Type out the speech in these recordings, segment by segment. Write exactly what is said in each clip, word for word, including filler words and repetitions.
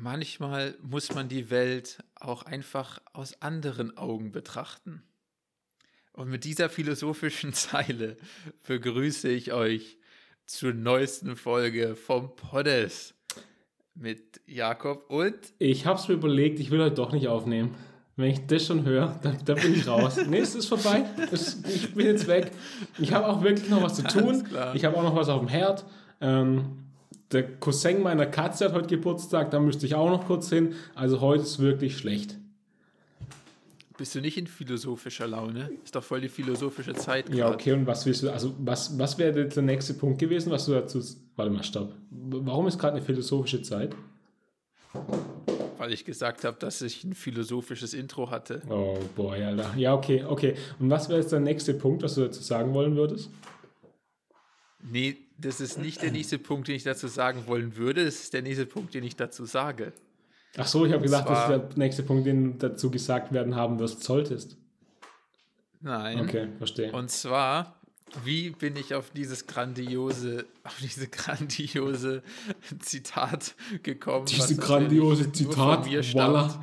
manchmal muss man die Welt auch einfach aus anderen Augen betrachten. Und mit dieser philosophischen Zeile begrüße ich euch zur neuesten Folge vom Poddes mit Jakob und... Ich hab's mir überlegt, ich will heute doch nicht aufnehmen. Wenn ich das schon höre, dann, dann bin ich raus. Nee, es ist vorbei. Es, ich bin jetzt weg. Ich habe auch wirklich noch was zu tun. Ich habe auch noch was auf dem Herd. Ähm, der Cousin meiner Katze hat heute Geburtstag, da müsste ich auch noch kurz hin. Also heute ist wirklich schlecht. Bist du nicht in philosophischer Laune? Ist doch voll die philosophische Zeit gerade. Ja, okay, und was willst du, also was, was wäre der nächste Punkt gewesen, was du dazu, warte mal, stopp. Warum ist gerade eine philosophische Zeit? Weil ich gesagt habe, dass ich ein philosophisches Intro hatte. Oh boy, Alter. Ja, okay, okay. Und was wäre jetzt der nächste Punkt, was du dazu sagen wollen würdest? Nee, das ist nicht der nächste Punkt, den ich dazu sagen wollen würde. Das ist der nächste Punkt, den ich dazu sage. Ach so, ich habe gesagt, zwar, das ist der nächste Punkt, den du dazu gesagt werden haben wirst, solltest. Nein. Okay, verstehe. Und zwar, wie bin ich auf dieses grandiose, auf diese grandiose Zitat gekommen? Diese grandiose Zitat, voilà.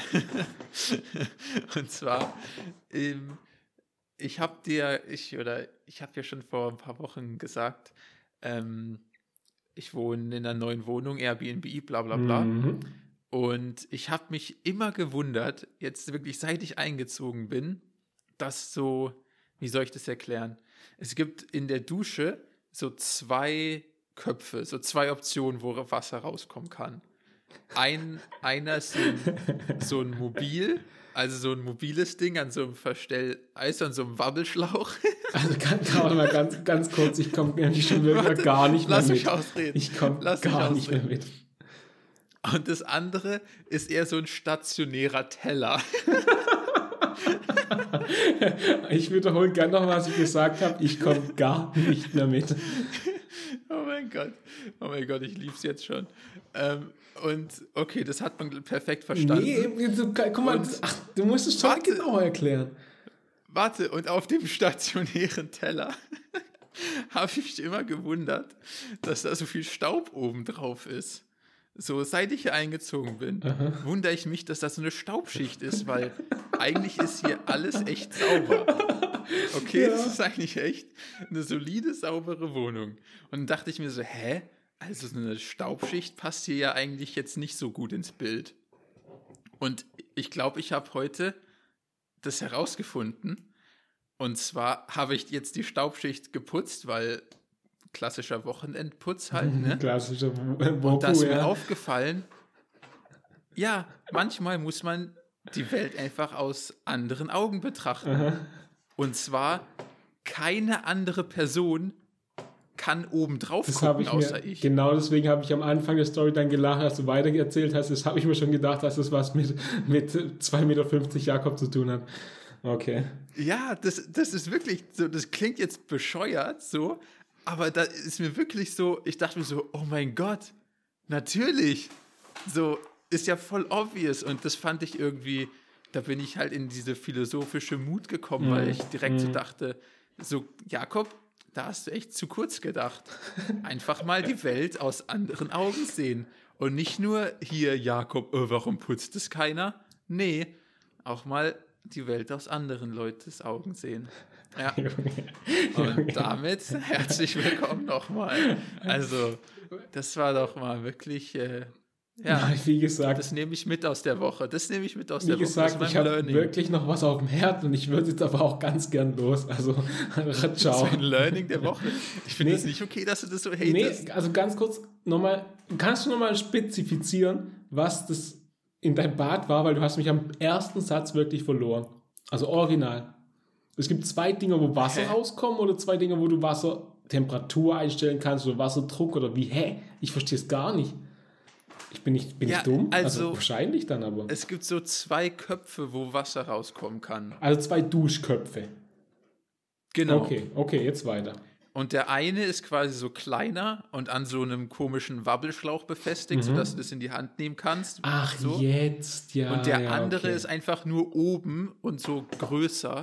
Und zwar, ähm, ich habe dir, ich oder ich habe ja schon vor ein paar Wochen gesagt, ähm, ich wohne in einer neuen Wohnung, Airbnb, bla bla bla. Mhm. Und ich habe mich immer gewundert, jetzt wirklich seit ich eingezogen bin, dass so, wie soll ich das erklären? Es gibt in der Dusche so zwei Köpfe, so zwei Optionen, wo Wasser rauskommen kann. Ein, einer ist so ein, so ein Mobil, also so ein mobiles Ding an so einem Verstell, also an so einem Wabbelschlauch. Also kann, kann man mal ganz, ganz kurz, ich komme nämlich schon wieder Warte, gar nicht mehr lass mit. Mich ausreden. Ich komme gar nicht mehr mit. Und das andere ist eher so ein stationärer Teller. Ich wiederhole gerne noch, was ich gesagt habe. Ich komme gar nicht mehr mit. Oh mein Gott. Oh mein Gott, ich lieb's jetzt schon. Ähm, und okay, das hat man perfekt verstanden. Nee, du, guck mal, und, ach, du musst es schon warte, genauer erklären. Warte, und auf dem stationären Teller habe ich mich immer gewundert, dass da so viel Staub oben drauf ist. So, seit ich hier eingezogen bin, Aha. wundere ich mich, dass das so eine Staubschicht ist, weil eigentlich ist hier alles echt sauber. Okay, ja. Das ist eigentlich echt eine solide, saubere Wohnung. Und dann dachte ich mir so, hä? Also so eine Staubschicht passt hier ja eigentlich jetzt nicht so gut ins Bild. Und ich glaube, ich habe heute das herausgefunden. Und zwar habe ich jetzt die Staubschicht geputzt, weil klassischer Wochenendputz halt, ne? Klassischer Woku, Und da ist mir ja. aufgefallen, ja, manchmal muss man die Welt einfach aus anderen Augen betrachten. Aha. Und zwar, keine andere Person kann oben drauf das gucken, ich außer mir, ich. Genau deswegen habe ich am Anfang der Story dann gelacht, als du weiter erzählt hast. Das habe ich mir schon gedacht, dass das was mit, mit zwei Meter fünfzig Jakob zu tun hat. Okay. Ja, das, das ist wirklich so, das klingt jetzt bescheuert so, aber da ist mir wirklich so, ich dachte mir so, oh mein Gott, natürlich. So, ist ja voll obvious. Und das fand ich irgendwie, da bin ich halt in diese philosophische Mut gekommen, mm. weil ich direkt mm. so dachte, so, Jakob, da hast du echt zu kurz gedacht. Einfach mal die Welt aus anderen Augen sehen. Und nicht nur hier, Jakob, oh, warum putzt es keiner? Nee, auch mal die Welt aus anderen Leutes Augen sehen. Ja. Und damit herzlich willkommen nochmal. Also, das war doch mal wirklich, äh, ja, wie gesagt, das nehme ich mit aus der Woche. Das nehme ich mit aus der Woche. Wie gesagt, ich habe wirklich noch was auf dem Herd und ich würde jetzt aber auch ganz gern los. Also, ciao. Das ist ein Learning der Woche. Ich finde es nee, nicht okay, dass du das so hatest. Nee, also ganz kurz nochmal, kannst du nochmal spezifizieren, was das in deinem Bad war, weil du hast mich am ersten Satz wirklich verloren. Also original. Es gibt zwei Dinge, wo Wasser hä? rauskommt oder zwei Dinge, wo du Wassertemperatur einstellen kannst oder Wasserdruck oder wie, hä? Ich verstehe es gar nicht. Ich bin nicht bin ja, ich dumm? Also, also wahrscheinlich dann aber. Es gibt so zwei Köpfe, wo Wasser rauskommen kann. Also zwei Duschköpfe. Genau. Okay, okay, jetzt weiter. Und der eine ist quasi so kleiner und an so einem komischen Wabbelschlauch befestigt, mhm. sodass du das in die Hand nehmen kannst. Ach, so. Jetzt, ja. Und der ja, andere okay. ist einfach nur oben und so größer.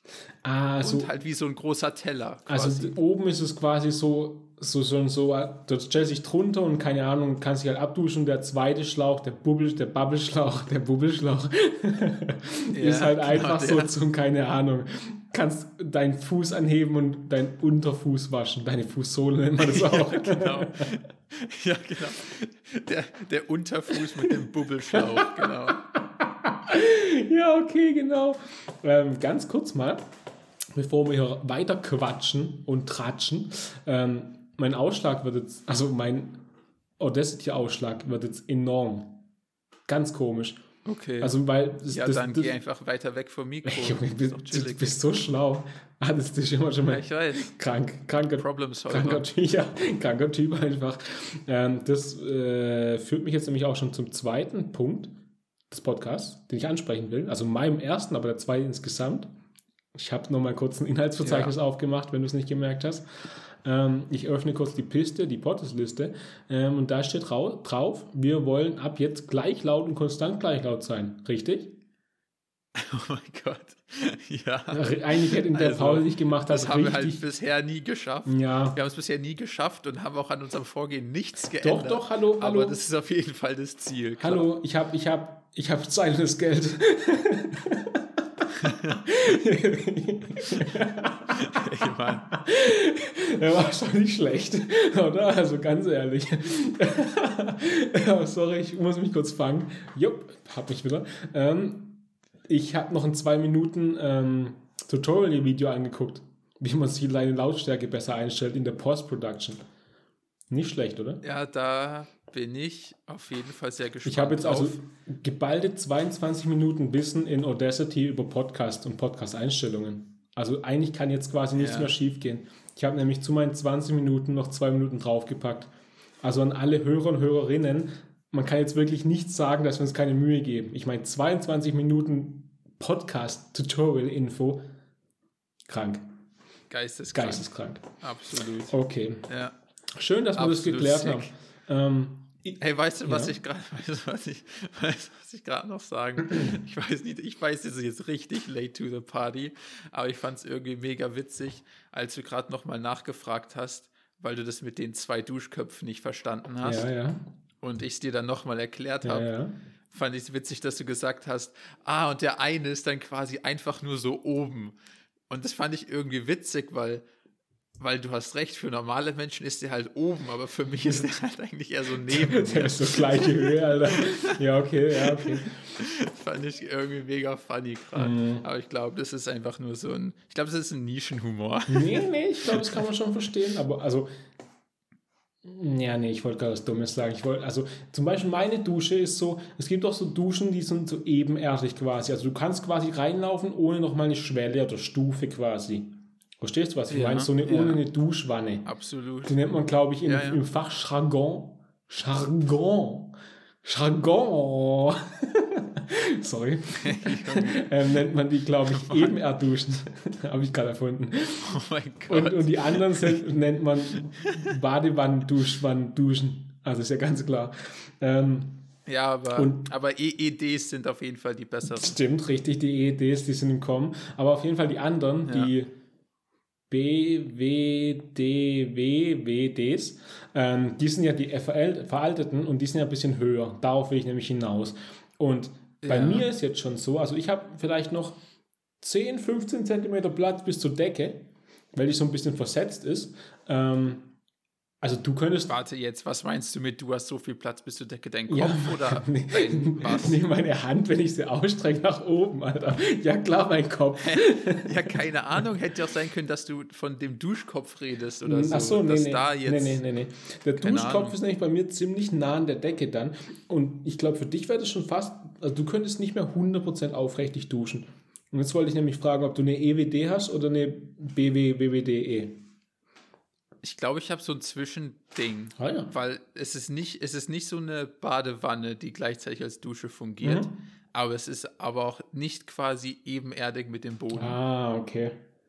Ah, so, Und halt wie so ein großer Teller. also Quasi. d- oben ist es quasi so, so, so, so, dort stellt sich drunter und keine Ahnung, kann sich halt abduschen. Der zweite Schlauch, der Bubbel, der Bubbelschlauch, der Bubbelschlauch ist Ja, halt genau, einfach so der. zum, keine Ahnung, kannst deinen Fuß anheben und deinen Unterfuß waschen. Deine Fußsohle nennt man das auch. Genau. Ja, genau. Der, der Unterfuß mit dem Bubbelschlauch, genau. Ja, okay, genau. Ähm, ganz kurz mal, bevor wir hier weiter quatschen und tratschen, ähm, mein Ausschlag wird jetzt, also mein Audacity-Ausschlag wird jetzt enorm. Ganz komisch. Okay. Also, weil das, ja, das, dann das, geh einfach weiter weg vom Mikro. Junge, du Ist doch bist, du chillig. bist so schlau. Ah, das ist immer schon Ja, mal ich weiß. krank, kranker, Problem kranker, Solver. Typ, ja, kranker Typ einfach. Ähm, das äh, führt mich jetzt nämlich auch schon zum zweiten Punkt des Podcasts, den ich ansprechen will. Also meinem ersten, aber der zweite insgesamt. Ich habe nochmal kurz ein Inhaltsverzeichnis Ja. aufgemacht, wenn du es nicht gemerkt hast. Ähm, ich öffne kurz die Piste, die Podcasts-Liste, ähm, und da steht rau- drauf, wir wollen ab jetzt gleichlaut und konstant gleichlaut sein. Richtig? Oh mein Gott. Ja. Einigkeit in der Also, Pause, die ich gemacht habe, Das haben wir halt richtig. bisher nie geschafft. Ja. Wir haben es bisher nie geschafft und haben auch an unserem Vorgehen nichts Doch, geändert. doch, hallo, hallo. Aber das ist auf jeden Fall das Ziel. klar. Hallo, ich habe ich hab, ich hab Zeit und das Geld. Ich meine, Der war schon nicht schlecht, oder? Also ganz ehrlich. Ja, sorry, ich muss mich kurz fangen. Jupp, hab mich wieder. Ähm, ich habe noch ein zwei Minuten ähm, Tutorial-Video angeguckt, wie man sich seine Lautstärke besser einstellt in der Post-Production. Nicht schlecht, oder? ja, da bin ich auf jeden Fall sehr gespannt. Ich habe jetzt also drauf. geballte zweiundzwanzig Minuten Wissen in Audacity über Podcast und Podcast-Einstellungen. Also eigentlich kann jetzt quasi nichts Ja. mehr schief gehen. Ich habe nämlich zu meinen zwanzig Minuten noch zwei Minuten draufgepackt. Also an alle Hörer und Hörerinnen, man kann jetzt wirklich nicht sagen, dass wir uns keine Mühe geben. Ich meine, zweiundzwanzig Minuten Podcast-Tutorial-Info, krank, Geisteskrank. geisteskrank. Absolut. Okay, Ja. schön, dass wir das Absolut geklärt sick. haben. Ähm, Hey, weißt du, was Ja. ich gerade, weißt du, was ich, weißt du, was ich gerade noch sagen? Ich weiß nicht, ich weiß, das ist jetzt richtig late to the party, aber ich fand es irgendwie mega witzig, als du gerade nochmal nachgefragt hast, weil du das mit den zwei Duschköpfen nicht verstanden hast ja, ja, und ich es dir dann nochmal erklärt ja, habe. ja. Fand ich es witzig, dass du gesagt hast, ah, und der eine ist dann quasi einfach nur so oben. Und das fand ich irgendwie witzig, weil Weil du hast recht, für normale Menschen ist der halt oben, aber für mich ist der halt eigentlich eher so neben Der mir. ist so gleiche Höhe, Alter. Ja, okay, ja, okay. Fand ich irgendwie mega funny gerade. Mhm. Aber ich glaube, das ist einfach nur so ein, ich glaube, das ist ein Nischenhumor. Nee, nee, ich glaube, das kann man schon verstehen. Aber also, ja, nee, ich wollte gerade was Dummes sagen. Ich wollte, also, zum Beispiel meine Dusche ist so, es gibt auch so Duschen, die sind so ebenerdig quasi. Also, du kannst quasi reinlaufen, ohne nochmal eine Schwelle oder Stufe quasi. Verstehst du, was ich Ja, meine? So eine ja. ohne eine Duschwanne. Absolut. Die nennt man, glaube ich, im, Ja, ja. im Fachjargon. Jargon. Jargon. Sorry. ähm, nennt man die, glaube ich, Ebenerduschen. Habe ich gerade erfunden. Oh mein Gott. Und, und die anderen sind, nennt man Badewannen-Duschwannen-Duschen. Also ist ja ganz klar. Ähm, ja, aber, und- aber E E Ds sind auf jeden Fall die besseren. stimmt, richtig, die E E Ds, die sind im Kommen. Aber auf jeden Fall die anderen, Ja. die B W D W W Ds, ähm, die sind ja die verält- veralteten und die sind ja ein bisschen höher. Darauf will ich nämlich hinaus. Und bei Ja. mir ist jetzt schon so, also ich habe vielleicht noch zehn, fünfzehn Zentimeter Platz bis zur Decke, weil die so ein bisschen versetzt ist. Ähm, also du könntest... Warte jetzt, was meinst du mit, du hast so viel Platz bis zur Decke, dein Kopf Ja, oder nee, dein was? nee, meine Hand, wenn ich sie ausstrecke, nach oben, Alter. Ja klar, mein Kopf. Ja, keine Ahnung, hätte ja auch sein können, dass du von dem Duschkopf redest oder so. Ach so, nee, dass nee, da jetzt, nee, nee, nee, nee. Der Keine Duschkopf Ahnung. ist nämlich bei mir ziemlich nah an der Decke dann. Und ich glaube, für dich wäre das schon fast, also du könntest nicht mehr hundert Prozent aufrichtig duschen. Und jetzt wollte ich nämlich fragen, ob du eine E W D hast oder eine B W W W D E. Ich glaube, ich habe so ein Zwischending, Ah ja. weil es ist nicht, es ist nicht so eine Badewanne, die gleichzeitig als Dusche fungiert, Mhm. aber es ist aber auch nicht quasi ebenerdig mit dem Boden. Ah, okay.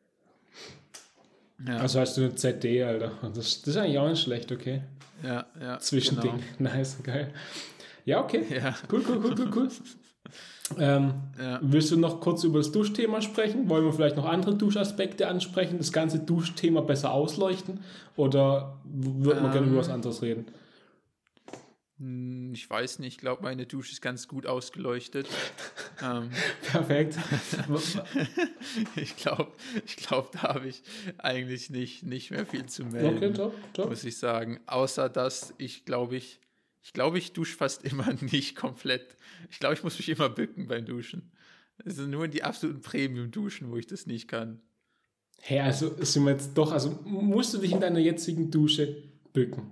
Ja, Also hast du eine Z D, Alter. Das, das ist eigentlich auch nicht schlecht, okay. ja, ja. Zwischending. Genau. Nice, geil. Ja, okay. Ja. Cool, cool, cool, cool, cool. Ähm, Ja. Willst du noch kurz über das Duschthema sprechen? Wollen wir vielleicht noch andere Duschaspekte ansprechen, das ganze Duschthema besser ausleuchten? Oder würden wir gerne über was Ähm. anderes reden? Hm, Ich weiß nicht, ich glaube, meine Dusche ist ganz gut ausgeleuchtet. ähm, Perfekt. ich glaube, ich glaub, da habe ich eigentlich nicht, nicht mehr viel zu Okay, melden, top, top. muss ich sagen. Außer, dass ich glaube, ich, ich glaube, ich dusche fast immer nicht komplett. Ich glaube, ich muss mich immer bücken beim Duschen. Es sind nur die absoluten Premium-Duschen, wo ich das nicht kann. Hey, also sind wir jetzt doch, also musst du dich in deiner jetzigen Dusche bücken?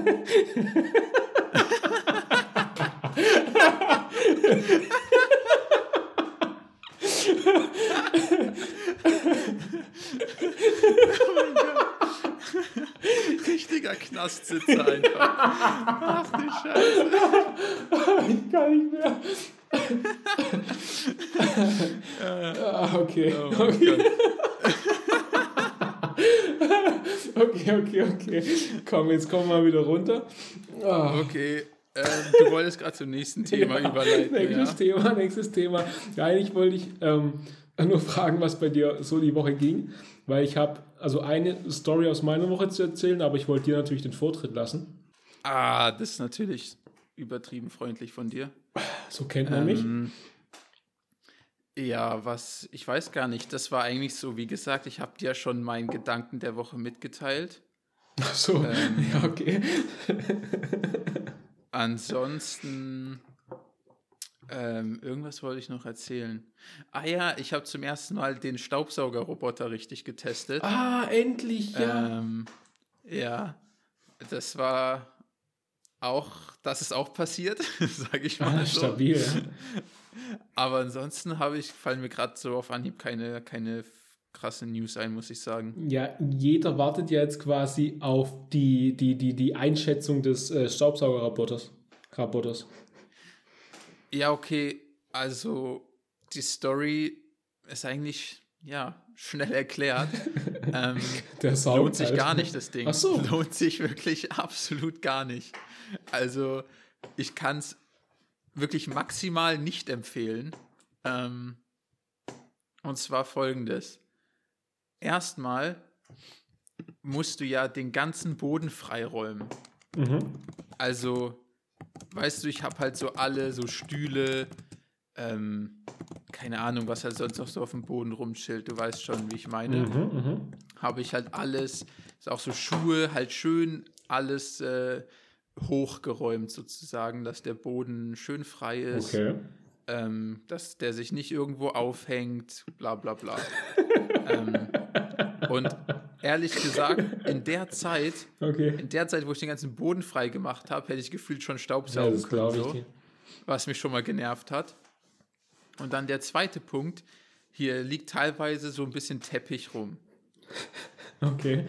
Richtiger Knastsitzer einfach. Ach du Scheiße. Ich kann nicht mehr. ah, okay. Oh mein okay. Gott. okay, okay, okay. Komm, jetzt kommen wir wieder runter. Ah. Okay, ähm, du wolltest gerade zum nächsten Thema Ja, überleiten. Nächstes Ja? Thema, nächstes Thema. Ja, eigentlich wollte ich ähm, nur fragen, was bei dir so die Woche ging, weil ich habe also eine Story aus meiner Woche zu erzählen, aber ich wollte dir natürlich den Vortritt lassen. Ah, das ist natürlich übertrieben freundlich von dir. So kennt man mich. Ähm, ja, was, ich weiß gar nicht, das war eigentlich so, wie gesagt, ich habe dir ja schon meinen Gedanken der Woche mitgeteilt. Ach so, ähm, ja, okay. Ansonsten, ähm, irgendwas wollte ich noch erzählen. Ah ja, ich habe zum ersten Mal den Staubsaugerroboter richtig getestet. Ah, endlich, ja. Ähm, ja, das war auch, das ist auch passiert, sage ich mal Ah, so. stabil, ja. Aber ansonsten habe ich, fallen mir gerade so auf Anhieb keine, keine krasse News ein, muss ich sagen. Ja, jeder wartet ja jetzt quasi auf die, die, die, die Einschätzung des äh, Staubsaugerroboters. Roboters. Ja, okay, also die Story ist eigentlich, ja, schnell erklärt. ähm, Der saugt lohnt sich halt. gar nicht, das Ding. Ach so. Lohnt sich wirklich absolut gar nicht. Also ich kann es wirklich maximal nicht empfehlen. Ähm, und zwar folgendes. Erstmal musst du ja den ganzen Boden freiräumen. Mhm. Also, weißt du, ich habe halt so alle so Stühle, ähm, keine Ahnung, was halt sonst noch so auf dem Boden rumchillt. Du weißt schon, wie ich meine. Mhm, mhm. Habe ich halt alles, ist auch so Schuhe, halt schön alles äh, hochgeräumt sozusagen, dass der Boden schön frei ist, Okay. ähm, dass der sich nicht irgendwo aufhängt, bla bla bla. ähm, und ehrlich gesagt, in der Zeit, Okay. in der Zeit, wo ich den ganzen Boden frei gemacht habe, hätte ich gefühlt schon Ja, Staubsaugen das können, glaube ich so, dir. was mich schon mal genervt hat. Und dann der zweite Punkt, hier liegt teilweise so ein bisschen Teppich rum. Okay.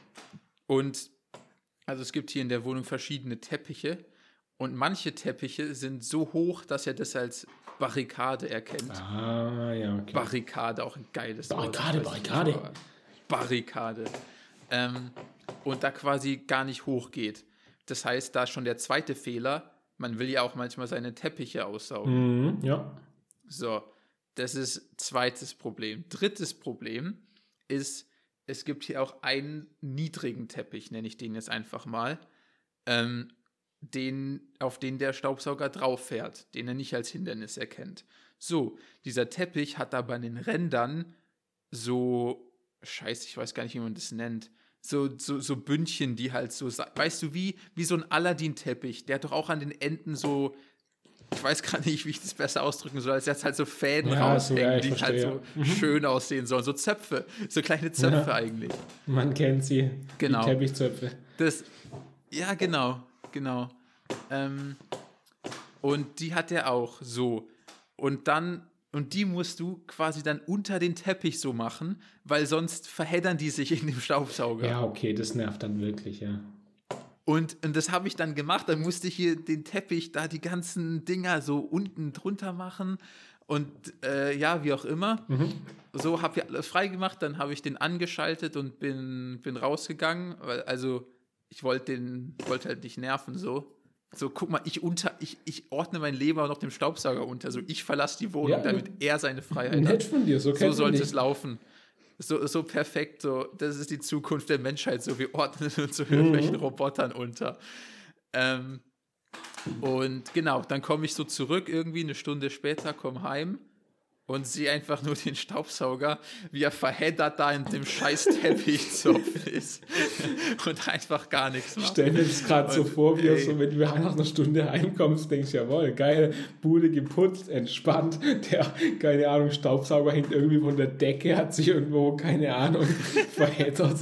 Und also es gibt hier in der Wohnung verschiedene Teppiche und manche Teppiche sind so hoch, dass er das als Barrikade erkennt. Ah, ja, okay. Barrikade, auch ein geiles Wort. Barrikade, Ich weiß nicht, Barrikade. aber Barrikade. Ähm, und da quasi gar nicht hochgeht. Das heißt, da ist schon der zweite Fehler. Man will ja auch manchmal seine Teppiche aussaugen. Mhm, ja. So, das ist zweites Problem. Drittes Problem ist, es gibt hier auch einen niedrigen Teppich, nenne ich den jetzt einfach mal, ähm, den, auf den der Staubsauger drauf fährt, den er nicht als Hindernis erkennt. So, dieser Teppich hat aber an den Rändern so, scheiße, ich weiß gar nicht, wie man das nennt, so, so, so Bündchen, die halt so, weißt du, wie, wie so ein Aladdin-Teppich, der hat doch auch an den Enden so, ich weiß gar nicht, wie ich das besser ausdrücken soll, als jetzt halt so Fäden Ja, raushängen, so, ja, ich die halt verstehe, so schön aussehen sollen. So Zöpfe, so kleine Zöpfe Ja. eigentlich. Man kennt sie. Genau. Die Teppichzöpfe. Das, ja, genau, genau. Ähm, und die hat er auch so. Und dann, und die musst du quasi dann unter den Teppich so machen, weil sonst verheddern die sich in dem Staubsauger. Ja, okay, das nervt dann wirklich, ja. Und, und das habe ich dann gemacht. Dann musste ich hier den Teppich, da die ganzen Dinger so unten drunter machen. Und äh, ja, wie auch immer. Mhm. So habe ich alles frei gemacht. Dann habe ich den angeschaltet und bin, bin rausgegangen. Weil, also ich wollte den wollte halt nicht nerven so. so, guck mal, ich, unter, ich, ich ordne mein Leben auch noch dem Staubsauger unter. So, ich verlasse die Wohnung, Ja, damit er seine Freiheit Nett hat. von dir, so So kennt man sollte dich. es laufen. So, so perfekt, so, das ist die Zukunft der Menschheit, so, wir ordnen uns so Mhm. irgendwelchen Robotern unter. Ähm, und genau, dann komme ich so zurück, irgendwie eine Stunde später, komme heim und sehe einfach nur den Staubsauger, wie er verheddert da in dem scheiß Teppichzopf ist und einfach gar nichts macht. Stell mir das gerade so Und, vor, wie er ey. so, wenn du nach einer Stunde heimkommst, denkst, jawohl, geil, Bude geputzt, entspannt, der, keine Ahnung, Staubsauger hängt irgendwie von der Decke, hat sich irgendwo, keine Ahnung, verheddert.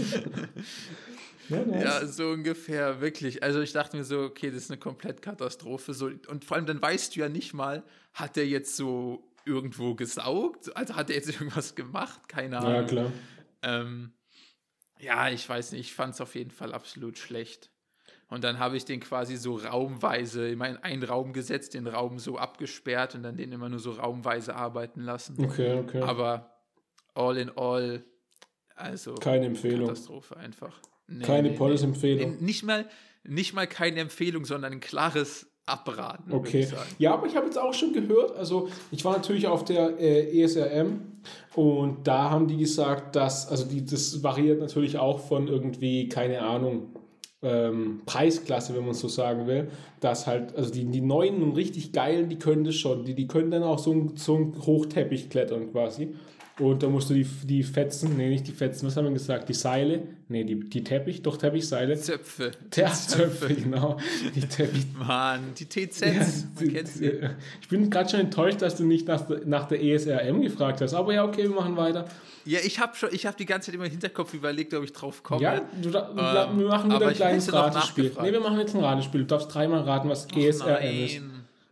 Ja, nice. Ja, so ungefähr, wirklich. Also ich dachte mir so, okay, das ist eine Komplettkatastrophe. So, und vor allem dann weißt du ja nicht mal, hat der jetzt so irgendwo gesaugt? Also hat er jetzt irgendwas gemacht? Keine Ahnung. Ja, klar. Ähm, ja, ich weiß nicht, ich fand es auf jeden Fall absolut schlecht. Und dann habe ich den quasi so raumweise immer in einen Raum gesetzt, den Raum so abgesperrt und dann den immer nur so raumweise arbeiten lassen. Okay, okay. Aber all in all, also Keine Empfehlung. Katastrophe einfach. Nee, Keine nee, Poddes-Empfehlung. nee. Nicht mal, nicht mal keine Empfehlung, sondern ein klares Abraten, würde Okay. ich sagen. Ja, aber ich habe jetzt auch schon gehört, also ich war natürlich auf der äh, E S R M und da haben die gesagt, dass, also die, das variiert natürlich auch von irgendwie, keine Ahnung, ähm, Preisklasse, wenn man so sagen will, dass halt, also die, die neuen und richtig geilen, die können das schon, die, die können dann auch so einen so einen Hochteppich klettern quasi. Und da musst du die, die Fetzen, nee, nicht die Fetzen, was haben wir gesagt? Die Seile? Nee, die, die Teppich, doch Teppichseile. Zöpfe. Der Zöpfe, genau. Die Teppich. Mann, die T Zs, Ja, man kennt sie. ich bin gerade schon enttäuscht, dass du nicht nach, der- nach der E S R M gefragt hast. Aber ja, okay, wir machen weiter. Ja, ich habe schon, ich habe die ganze Zeit immer im Hinterkopf überlegt, ob ich drauf komme. Ja, du, da, Ähm, wir machen wieder aber ein ich kleines hätte noch Ratespiel. nachgefragt. Nee, wir machen jetzt ein Ratespiel. Du darfst dreimal raten, was Ach, E S R M ist. nein.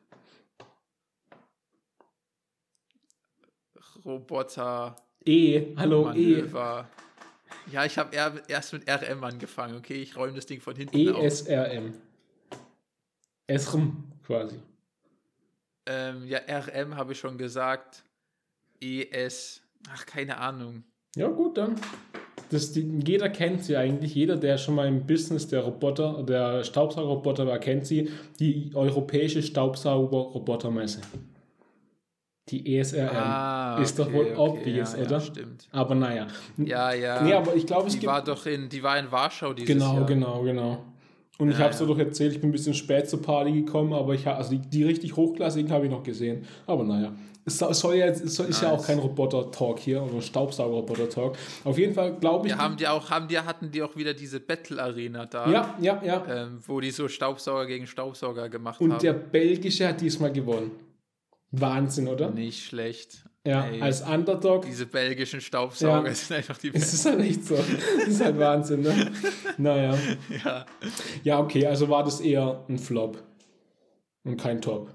Roboter, E, hallo, E. Manöver. Ja, ich habe erst mit R M angefangen. Okay, ich räume das Ding von hinten E auf. S R M. S R M quasi. Ähm, ja, R M habe ich schon gesagt. E S, ach, keine Ahnung. Ja, gut, dann. Das, die, jeder kennt sie eigentlich. Jeder, der schon mal im Business der Roboter, der Staubsaugerroboter war, kennt sie. Die europäische Staubsaugerrobotermesse. Die E S R M. Ah, ist doch okay, wohl okay, obvious, ja, ja, oder? stimmt. Aber naja. Ja, ja. Nee, aber ich glaube, es die gibt... war doch in, die war in Warschau dieses Genau, Jahr. genau, genau. Und ich Ja, habe es ja. dir doch erzählt, ich bin ein bisschen spät zur Party gekommen, aber ich ha- also die, die richtig hochklassigen habe ich noch gesehen. Aber naja, es soll, soll ja, jetzt- es soll, ist ja auch Nice. kein Roboter-Talk hier, oder Staubsauger-Roboter-Talk. Auf jeden Fall glaube ich... Ja, haben die auch, haben die, hatten die auch wieder diese Battle-Arena da, ja, ja, ja. ähm, wo die so Staubsauger gegen Staubsauger gemacht Und haben. der Belgische hat diesmal gewonnen. Wahnsinn, oder? Nicht schlecht. Ja, Ey, als Underdog. diese belgischen Staubsauger Ja. sind einfach die Es besten. ist halt echt so. Das ist halt Wahnsinn, ne? Naja. Ja. Ja, okay, also war das eher ein Flop und kein Top.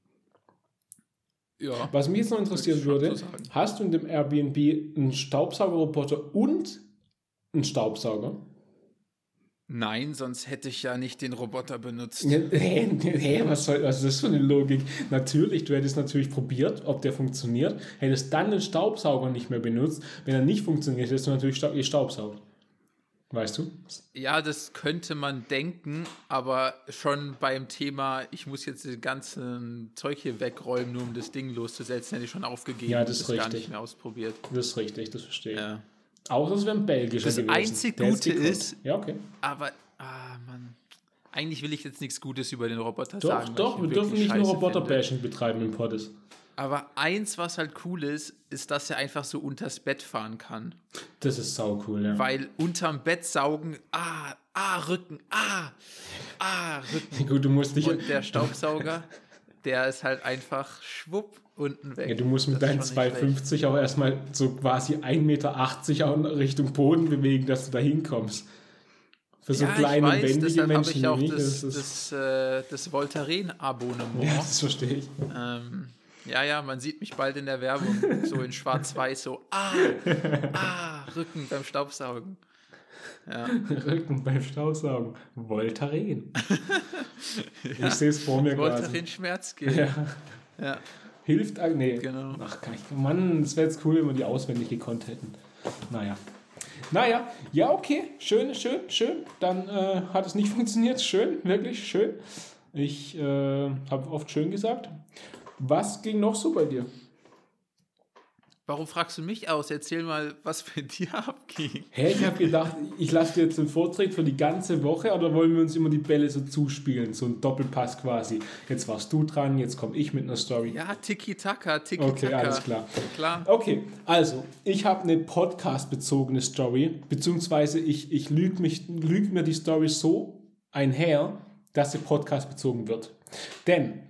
Ja. Was mich jetzt noch interessieren Würde ich würde, schon so sagen. hast du in dem Airbnb einen Staubsaugerroboter und einen Staubsauger? Nein, sonst hätte ich ja nicht den Roboter benutzt. Ja, hä, hä, was, soll, was ist das für eine Logik? Natürlich, du hättest natürlich probiert, ob der funktioniert, hättest dann den Staubsauger nicht mehr benutzt. Wenn er nicht funktioniert, hättest du natürlich sta- gestaubsaugt. Weißt du? Ja, das könnte man denken, aber schon beim Thema, ich muss jetzt das ganze Zeug hier wegräumen, nur um das Ding loszusetzen, hätte ich schon aufgegeben Ja, und das ist gar richtig. nicht mehr ausprobiert. Das ist richtig, das verstehe ich. Ja. Außer es wäre ein belgischer Das gewesen. einzig Der Gute gekonnt. ist- Ja, okay. Aber, ah, Mann. Eigentlich will ich jetzt nichts Gutes über den Roboter Doch, sagen. weil doch, ich wir ihn dürfen wirklich nicht nur scheiße Roboter-Bashing betreiben im Poddes. finde. Aber eins, was halt cool ist, ist, dass er einfach so unters Bett fahren kann. Das ist sau cool, ja. Weil unterm Bett saugen, ah, ah, Rücken, ah, ah, Rücken. Gut, du musst dich, Und der Staubsauger, der ist halt einfach schwupp unten weg. ja, du musst mit Das ist deinen schon nicht zwei fünfzig auch erstmal so quasi ein Meter achtzig auch in Richtung Boden bewegen, dass du da hinkommst. Für so ja, kleine, ich weiß, wendige deshalb habe Menschen ich auch wie mich, das, das ist- das, äh, das Voltaren-Abonnement. Ja, das verstehe ich. Ähm, ja, ja, man sieht mich bald in der Werbung, so in schwarz-weiß, so, ah, ah, Rücken beim Staubsaugen. Ja, Rücken beim Staubsaugen. Voltaren. Ich sehe es vor mir quasi. Voltaren Schmerzgel. Ja. Ja, Hilft, ah, nee. genau. Ach, kann ich, Mann, das wäre jetzt cool, wenn wir die auswendig gekonnt hätten. Naja. Naja, ja, okay. Schön, schön, schön. Dann äh, hat es nicht funktioniert. Schön, wirklich schön. Ich äh, habe oft schön gesagt. Was ging noch so bei dir? Warum fragst du mich aus? Erzähl mal, was bei dir abging. Hä, ich habe gedacht, ich lasse dir jetzt den Vortritt für die ganze Woche, oder wollen wir uns immer die Bälle so zuspielen? So ein Doppelpass quasi. Jetzt warst du dran, jetzt komme ich mit einer Story. Ja, Tiki-Taka, Tiki-Taka. Okay, alles klar. klar. Okay, also, ich habe eine Podcast-bezogene Story, beziehungsweise ich, ich lüge mich, lüg mir die Story so einher, dass sie Podcast-bezogen wird. Denn,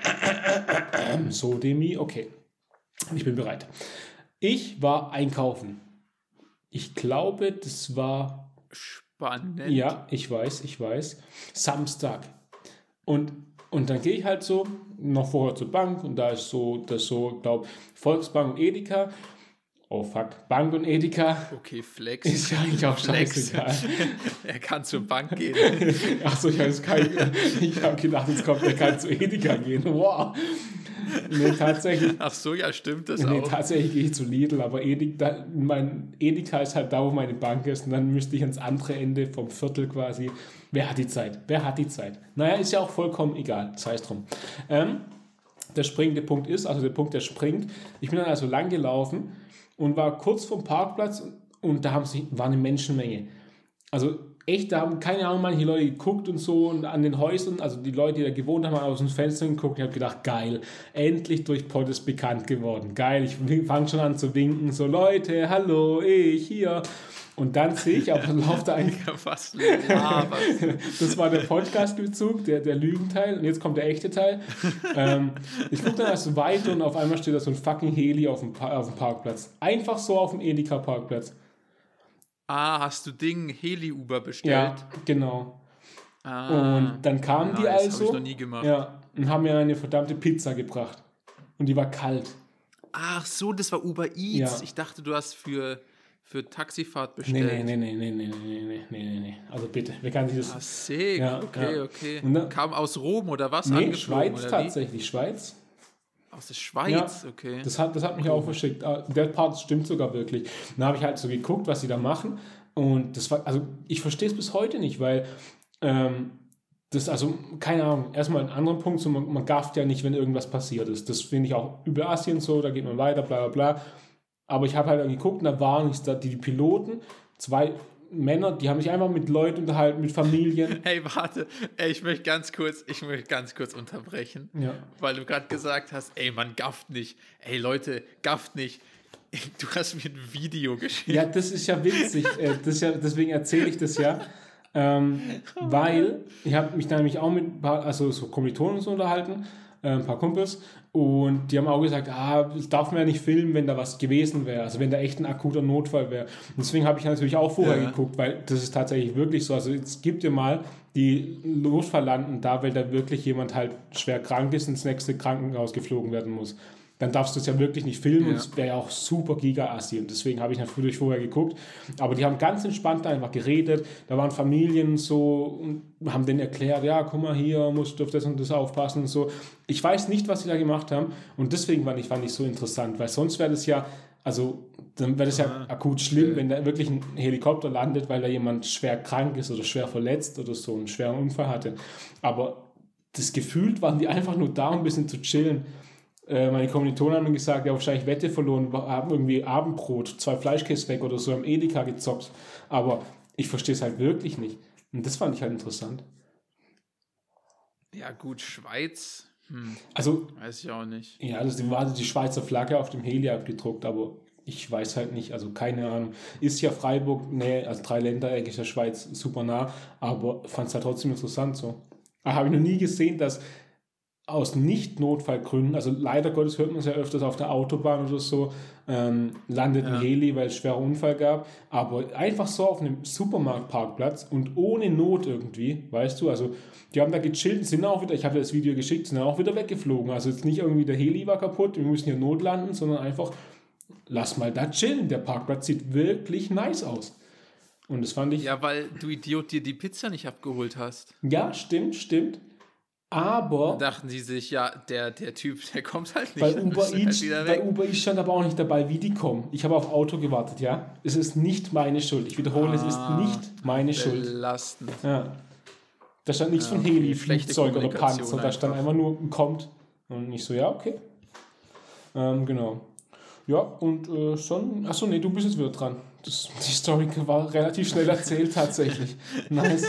so, Demi, okay, ich bin bereit. Ich war einkaufen. Ich glaube, das war... Spannend. Ja, ich weiß, ich weiß. Samstag. Und, und dann gehe ich halt so noch vorher zur Bank und da ist so, das so, glaube Volksbank und Edeka. Oh fuck, Bank und Edeka. Okay, Flex. Ist ja eigentlich auch Flex. scheißegal. Er kann zur Bank gehen. Achso, ich habe hab gedacht, jetzt kommt, er kann zu Edeka gehen. Wow. Nee, tatsächlich. Ach so, ja, stimmt das Nee, auch. tatsächlich gehe ich zu Lidl, aber Edeka, mein Edeka ist halt da, wo meine Bank ist, und dann müsste ich ans andere Ende vom Viertel quasi. Wer hat die Zeit? Wer hat die Zeit? Naja, ist ja auch vollkommen egal, sei es drum. Ähm, der springende Punkt ist, also der Punkt, der springt, ich bin dann also lang gelaufen und war kurz vom Parkplatz und da haben sich, war eine Menschenmenge. Also echt, da haben keine Ahnung, manche Leute geguckt und so und an den Häusern, also die Leute, die da gewohnt haben, haben aus dem Fenster geguckt. Ich habe gedacht, geil, endlich durch Poddes bekannt geworden. Geil, ich fange schon an zu winken, so Leute, hallo, ich hier. Und dann sehe ich, aber läuft da ein... Was laberst. Das war der Podcast-Bezug, der, der Lügenteil, und jetzt kommt der echte Teil. ähm, ich gucke dann also weiter und auf einmal steht da so ein fucking Heli auf dem, pa- auf dem Parkplatz. Einfach so auf dem Edeka-Parkplatz. Ah, hast du Ding Heli-Uber bestellt? Ja, genau. Ah, Und dann kamen die nice, also hab ich noch nie gemacht. Ja, und haben mir eine verdammte Pizza gebracht. Und die war kalt. Ach so, das war Uber Eats. Ja. Ich dachte, du hast für, für Taxifahrt Nee, bestellt. nee, nee, nee, nee, nee, nee, nee, nee, nee, nee. Also bitte, wer kann sich das... Ah, sick. Ja, okay, ja. okay. Und dann- Kam aus Rom oder was? Nee, Angeflogen, Schweiz oder tatsächlich, Schweiz. Wie? Aus der Schweiz, okay. Das hat, das hat mich auch verschickt. Ah, der Part stimmt sogar wirklich. Dann habe ich halt so geguckt, was sie da machen. Und das war, also ich verstehe es bis heute nicht, weil ähm, das, also, keine Ahnung, erstmal ein anderer Punkt, so man, man gafft ja nicht, wenn irgendwas passiert ist. Das finde ich auch über Asien so, da geht man weiter, bla bla bla. Aber ich habe halt geguckt und da waren nicht da die Piloten, zwei Männer, die haben sich einfach mit Leuten unterhalten, mit Familien. Hey, warte, ey, ich möchte ganz kurz, ich möchte ganz kurz unterbrechen, Ja. weil du gerade gesagt hast, ey, man gafft nicht. Ey, Leute, gafft nicht. Du hast mir ein Video geschickt. Ja, das ist ja witzig. Äh, das ist ja, deswegen erzähle ich das ja. Ähm, weil ich habe mich da nämlich auch mit ein paar, also so Kommilitonen und so unterhalten, äh, ein paar Kumpels, und die haben auch gesagt, ah, das darf man ja nicht filmen, wenn da was gewesen wäre, also wenn da echt ein akuter Notfall wäre. Und deswegen habe ich natürlich auch vorher Ja. geguckt, weil das ist tatsächlich wirklich so. Also es gibt ja mal, die Notfall landen da, weil da wirklich jemand halt schwer krank ist und ins nächste Krankenhaus geflogen werden muss. Dann darfst du es ja wirklich nicht filmen, Ja. und es wäre ja auch super giga-assi, und deswegen habe ich natürlich vorher geguckt. Aber die haben ganz entspannt einfach geredet, da waren Familien so und haben denen erklärt, ja, guck mal hier, musst du auf das und das aufpassen und so. Ich weiß nicht, was sie da gemacht haben, und deswegen fand ich, fand ich so interessant, weil sonst wäre das ja, also dann wäre das ja Ah, akut schlimm, okay. wenn da wirklich ein Helikopter landet, weil da jemand schwer krank ist oder schwer verletzt oder so einen schweren Unfall hatte. Aber das gefühlt waren die einfach nur da, um ein bisschen zu chillen. Meine Kommilitonen haben mir gesagt, ja, wahrscheinlich Wette verloren, haben irgendwie Abendbrot, zwei Fleischkäse weg oder so am Edeka gezockt. Aber ich verstehe es halt wirklich nicht. Und das fand ich halt interessant. Ja, gut, Schweiz, hm, Also, weiß ich auch nicht. ja, das war die Schweizer Flagge auf dem Heli abgedruckt, aber ich weiß halt nicht, also keine Ahnung. Ist ja Freiburg, nee, also drei Ländereck ist ja Schweiz super nah, aber fand es halt trotzdem interessant so. Aber habe ich noch nie gesehen, dass aus Nicht-Notfallgründen, also leider Gottes hört man es ja öfters auf der Autobahn oder so, ähm, landet ein Ja. Heli, weil es schwerer Unfall gab, aber einfach so auf einem Supermarktparkplatz und ohne Not irgendwie, weißt du, also die haben da gechillt, sind auch wieder, ich habe dir das Video geschickt, sind auch wieder weggeflogen, also jetzt nicht irgendwie der Heli war kaputt, wir müssen hier Not landen, sondern einfach, lass mal da chillen, der Parkplatz sieht wirklich nice aus. Und das fand ich, ja, Ja, weil du Idiot dir die Pizza nicht abgeholt hast. stimmt, stimmt, aber... Dann dachten sie sich, ja, der, der Typ, der kommt halt nicht. Bei dann Uber, müssen wir halt Eats, wieder bei weg. Uber Eats stand aber auch nicht dabei, wie die kommen. Ich habe auf Auto gewartet, ja. Es ist nicht meine Schuld. Ich wiederhole, es ist Ah, nicht meine Schuld. Belastend. Ja. Da stand nichts Ja, von okay. Heli, Schlechte Flugzeug oder Kommunikation Panzer. Da stand einfach. einfach nur kommt. Und ich so, ja, okay. Ähm, genau. Ja, und äh, schon. Achso, nee, du bist jetzt wieder dran. Das, die Story war relativ schnell erzählt, tatsächlich. Nice.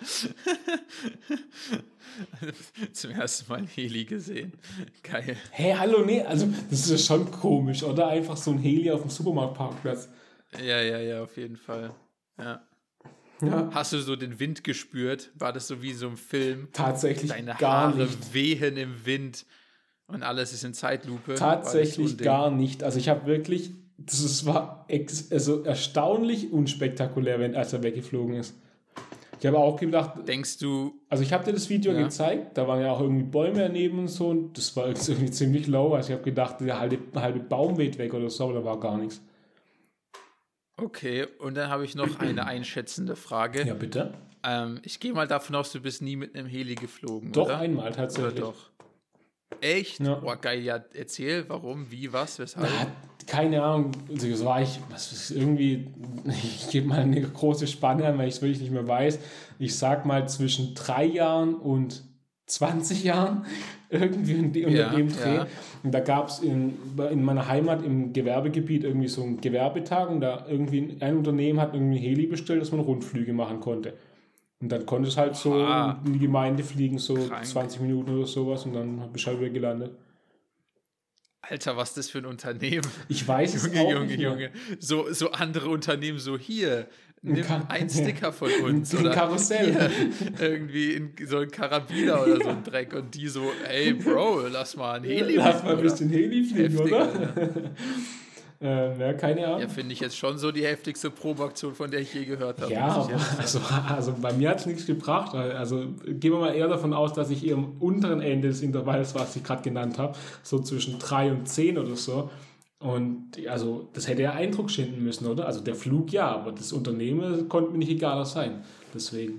Zum ersten Mal ein Heli gesehen. Geil. Hey, hallo, nee, also das ist ja schon komisch, oder? Einfach so ein Heli auf dem Supermarktparkplatz. Ja, ja, ja, auf jeden Fall. Ja. Ja, Hast du so den Wind gespürt? War das so wie so ein Film? tatsächlich Deine gar Haare nicht. wehen im Wind und alles ist in Zeitlupe. War das Tatsächlich so ein Ding? gar nicht. Also ich habe wirklich, das ist, war ex, also erstaunlich unspektakulär, wenn, als er weggeflogen ist. Ich habe auch gedacht, Denkst du, also ich habe dir das Video Ja. gezeigt, da waren ja auch irgendwie Bäume daneben und so und das war irgendwie ziemlich low. Also ich habe gedacht, der halbe, halbe Baum weht weg oder so, aber da war gar nichts. okay, und dann habe ich noch eine einschätzende Frage. Ja, bitte? Ähm, ich gehe mal davon aus, du bist nie mit einem Heli geflogen, Doch, oder? einmal Oder tatsächlich. doch? Echt? Ja. Boah, geil, ja, erzähl, warum, wie, was, weshalb? Na, keine Ahnung, also das war ich, was ist irgendwie, ich gebe mal eine große Spanne an, weil ich es wirklich nicht mehr weiß. Ich sag mal zwischen drei Jahren und zwanzig Jahren, irgendwie in die, unter Ja, dem Dreh. ja. Und da gab es in, in meiner Heimat im Gewerbegebiet irgendwie so einen Gewerbetag und da irgendwie ein Unternehmen hat irgendwie ein Heli bestellt, dass man Rundflüge machen konnte. Und dann konnte es halt so Oha. in die Gemeinde fliegen, so Krank. zwanzig Minuten oder sowas und dann bist du halt wieder gelandet. Alter, was ist das für ein Unternehmen? Ich weiß es Junge, auch Junge, nicht mehr. Junge. So, so andere Unternehmen, so hier, nimm Ka- einen Sticker von uns. Ein oder Karussell. Hier, irgendwie in, so ein Karabiner oder so ein Dreck. Und die so, ey, Bro, lass mal ein Heli Lass machen, mal ein oder? bisschen Heli fliegen, Heftig, oder? Alter. ähm, ja, keine Ahnung. Ja, finde ich jetzt schon so die heftigste Probeaktion, von der ich je gehört habe. Ja, muss ich aber ehrlich sagen. also, also bei mir hat es nichts gebracht. Also gehen wir mal eher davon aus, dass ich eher am unteren Ende des Intervalls, was ich gerade genannt habe, so zwischen drei und zehn oder so. Und also das hätte ja Eindruck schinden müssen, oder? Also der Flug ja, aber das Unternehmen konnte mir nicht egaler sein. Deswegen.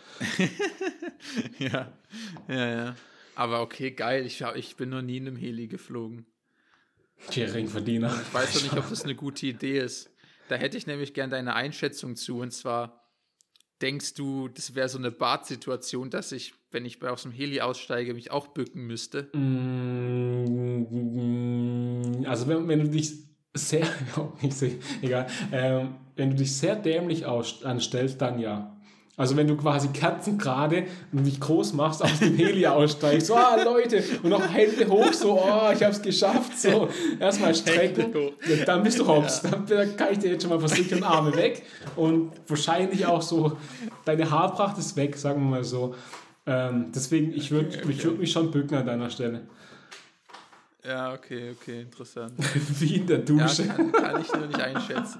Ja, ja, ja. Aber okay, geil. Ich, ich bin noch nie in einem Heli geflogen. Die Ringverdiener. Ich weiß doch nicht, ob das eine gute Idee ist. Da hätte ich nämlich gern deine Einschätzung zu. Und zwar, denkst du, das wäre so eine Badsituation, dass ich, wenn ich bei aus dem Heli aussteige, mich auch bücken müsste? Mm, Also wenn, wenn du dich sehr, ich sehe, egal, ähm, wenn du dich sehr dämlich aus, anstellst, dann ja. Also wenn du quasi kerzengerade und dich groß machst, aus dem Heli aussteigst, so, ah Leute, und noch Hände hoch, so, oh, ich hab's geschafft, so, erstmal strecken, Hände hoch. ja, dann bist du hops, dann, dann kann ich dir jetzt schon mal versichern, Arme weg und wahrscheinlich auch so, deine Haarpracht ist weg, sagen wir mal so. Ähm, deswegen, ich würde Okay, okay. ich würd mich schon bücken an deiner Stelle. Ja, okay, okay, interessant. Wie in der Ja, Dusche. kann, kann ich nur nicht einschätzen.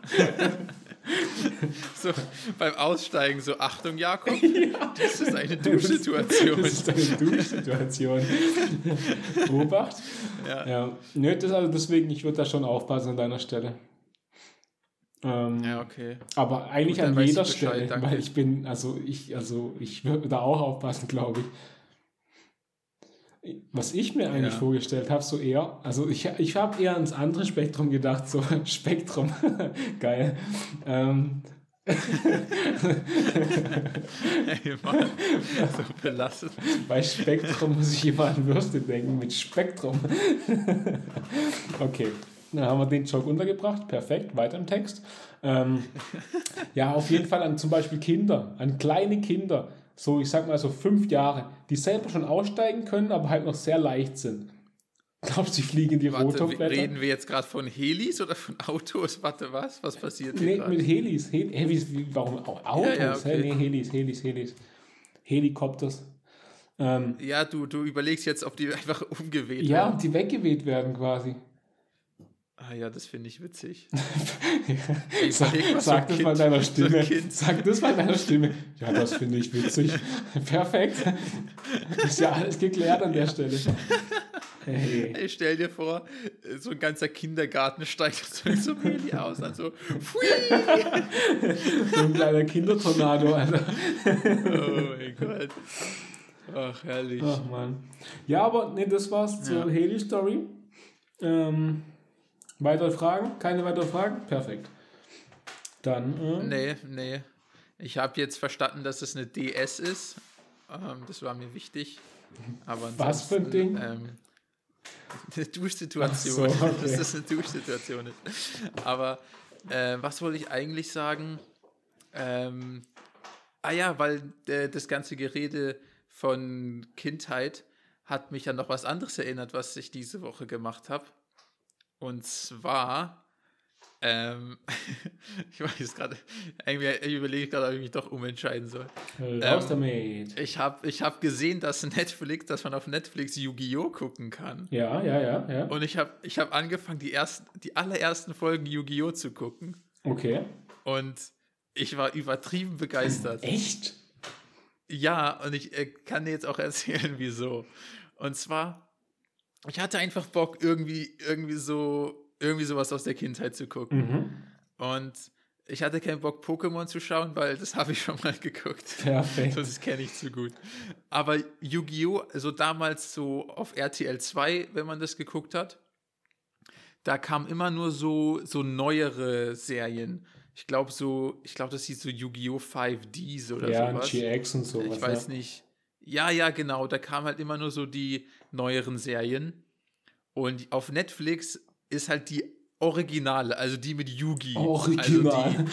So, beim Aussteigen so, Achtung, Jakob, das ist eine Duschsituation. Das ist eine Duschsituation. Obacht. Ja, Ja, nö, das, also deswegen, ich würde da schon aufpassen an deiner Stelle. Ähm, ja, okay. aber eigentlich Gut, dann an weiß ich jeder Bescheid, Stelle, danke. weil ich bin, also ich, also ich würde da auch aufpassen, glaube ich. Was ich mir eigentlich Ja. vorgestellt habe, so eher, also ich, ich habe eher ans andere Spektrum gedacht, so Spektrum, geil. Ähm, Ey, Mann, so belastend. Bei Spektrum muss ich immer an Würste denken, mit Spektrum. Okay, dann haben wir den Joke untergebracht, perfekt, weiter im Text. Ähm, ja, auf jeden Fall an zum Beispiel Kinder, an kleine Kinder, so ich sag mal so fünf Jahre, die selber schon aussteigen können, aber halt noch sehr leicht sind. Glaubst du, sie fliegen in die Warte, Rotorblätter? reden wir jetzt gerade von Helis oder von Autos? Warte, was? Was passiert hier Nee, gerade? mit Helis. Hel hey, wie, wie, warum? Au- Autos? Ja, ja, okay. Hä? Nee, Helis, Helis, Helis. Helikopters. Ähm, Ja, du, du überlegst jetzt, ob die einfach umgeweht ja, werden. und die weggeweht werden quasi. Ah ja, das finde ich witzig. Sag, überleg mal, so sag ein das Kind- mal deiner so ein Stimme. Kind. Sag das mal deiner Stimme. Ja, das finde ich witzig. Perfekt. Ist ja alles geklärt an der Stelle. Hey. Ey, stell dir vor, so ein ganzer Kindergarten steigt so in so einem Heli aus. Also, pfui. So ein kleiner Kindertornado, Alter. Oh mein Gott. Ach, herrlich. Ach man. Ja, aber nee, das war's zur Ja. Heli-Story. Ähm, weitere Fragen? Keine weiteren Fragen? Perfekt. Dann. Äh, Nee, nee. Ich habe jetzt verstanden, dass es eine D S ist. Ähm, das war mir wichtig. Aber Was für ein Ding? Ähm, eine Duschsituation. Ach so, okay. Dass das eine Duschsituation ist. Aber äh, was wollte ich eigentlich sagen? Ähm, ah ja, weil äh, das ganze Gerede von Kindheit hat mich an noch was anderes erinnert, was ich diese Woche gemacht habe. Und zwar, ähm, ich weiß gerade, irgendwie ich überlege gerade, ob ich mich doch umentscheiden soll. Raus Ähm, damit. Ich habe ich hab gesehen, dass Netflix, dass man auf Netflix Yu-Gi-Oh! Gucken kann. Ja, ja, ja, ja. Und ich habe ich hab angefangen, die, ersten, die allerersten Folgen Yu-Gi-Oh! Zu gucken. Okay. Und ich war übertrieben begeistert. Echt? Ja, und ich äh, kann dir jetzt auch erzählen, wieso. Und zwar, ich hatte einfach Bock, irgendwie, irgendwie so, irgendwie sowas aus der Kindheit zu gucken. Mhm. Und ich hatte keinen Bock, Pokémon zu schauen, weil das habe ich schon mal geguckt. Perfekt. Das kenne ich zu gut. Aber Yu-Gi-Oh!, so damals so auf R T L zwei, wenn man das geguckt hat, da kamen immer nur so, so neuere Serien. Ich glaube so, ich glaube, das hieß so Yu-Gi-Oh! fünf Ds oder Ja, sowas. G X und sowas. Ich weiß ja. nicht. Ja, ja, genau. Da kamen halt immer nur so die neueren Serien. Und auf Netflix ist halt die Originale, also die mit Yugi. Original. Also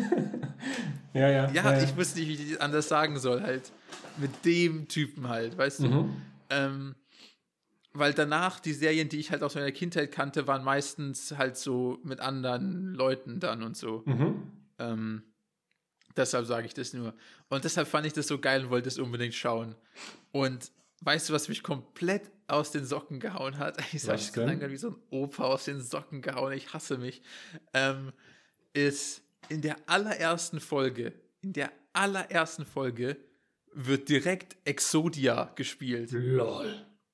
ja, ja. die, ja, ich wusste nicht, wie ich das anders sagen soll, halt. Mit dem Typen halt, weißt du? Mhm. Ähm, weil danach die Serien, die ich halt aus meiner Kindheit kannte, waren meistens halt so mit anderen Leuten dann und so. Mhm. Ähm, deshalb sage ich das nur. Und deshalb fand ich das so geil und wollte es unbedingt schauen. Und weißt du, was mich komplett aus den Socken gehauen hat? Ich sage es gerade wie so ein Opa aus den Socken gehauen. Ich hasse mich. Ähm, ist in der allerersten Folge, in der allerersten Folge wird direkt Exodia gespielt. Lol.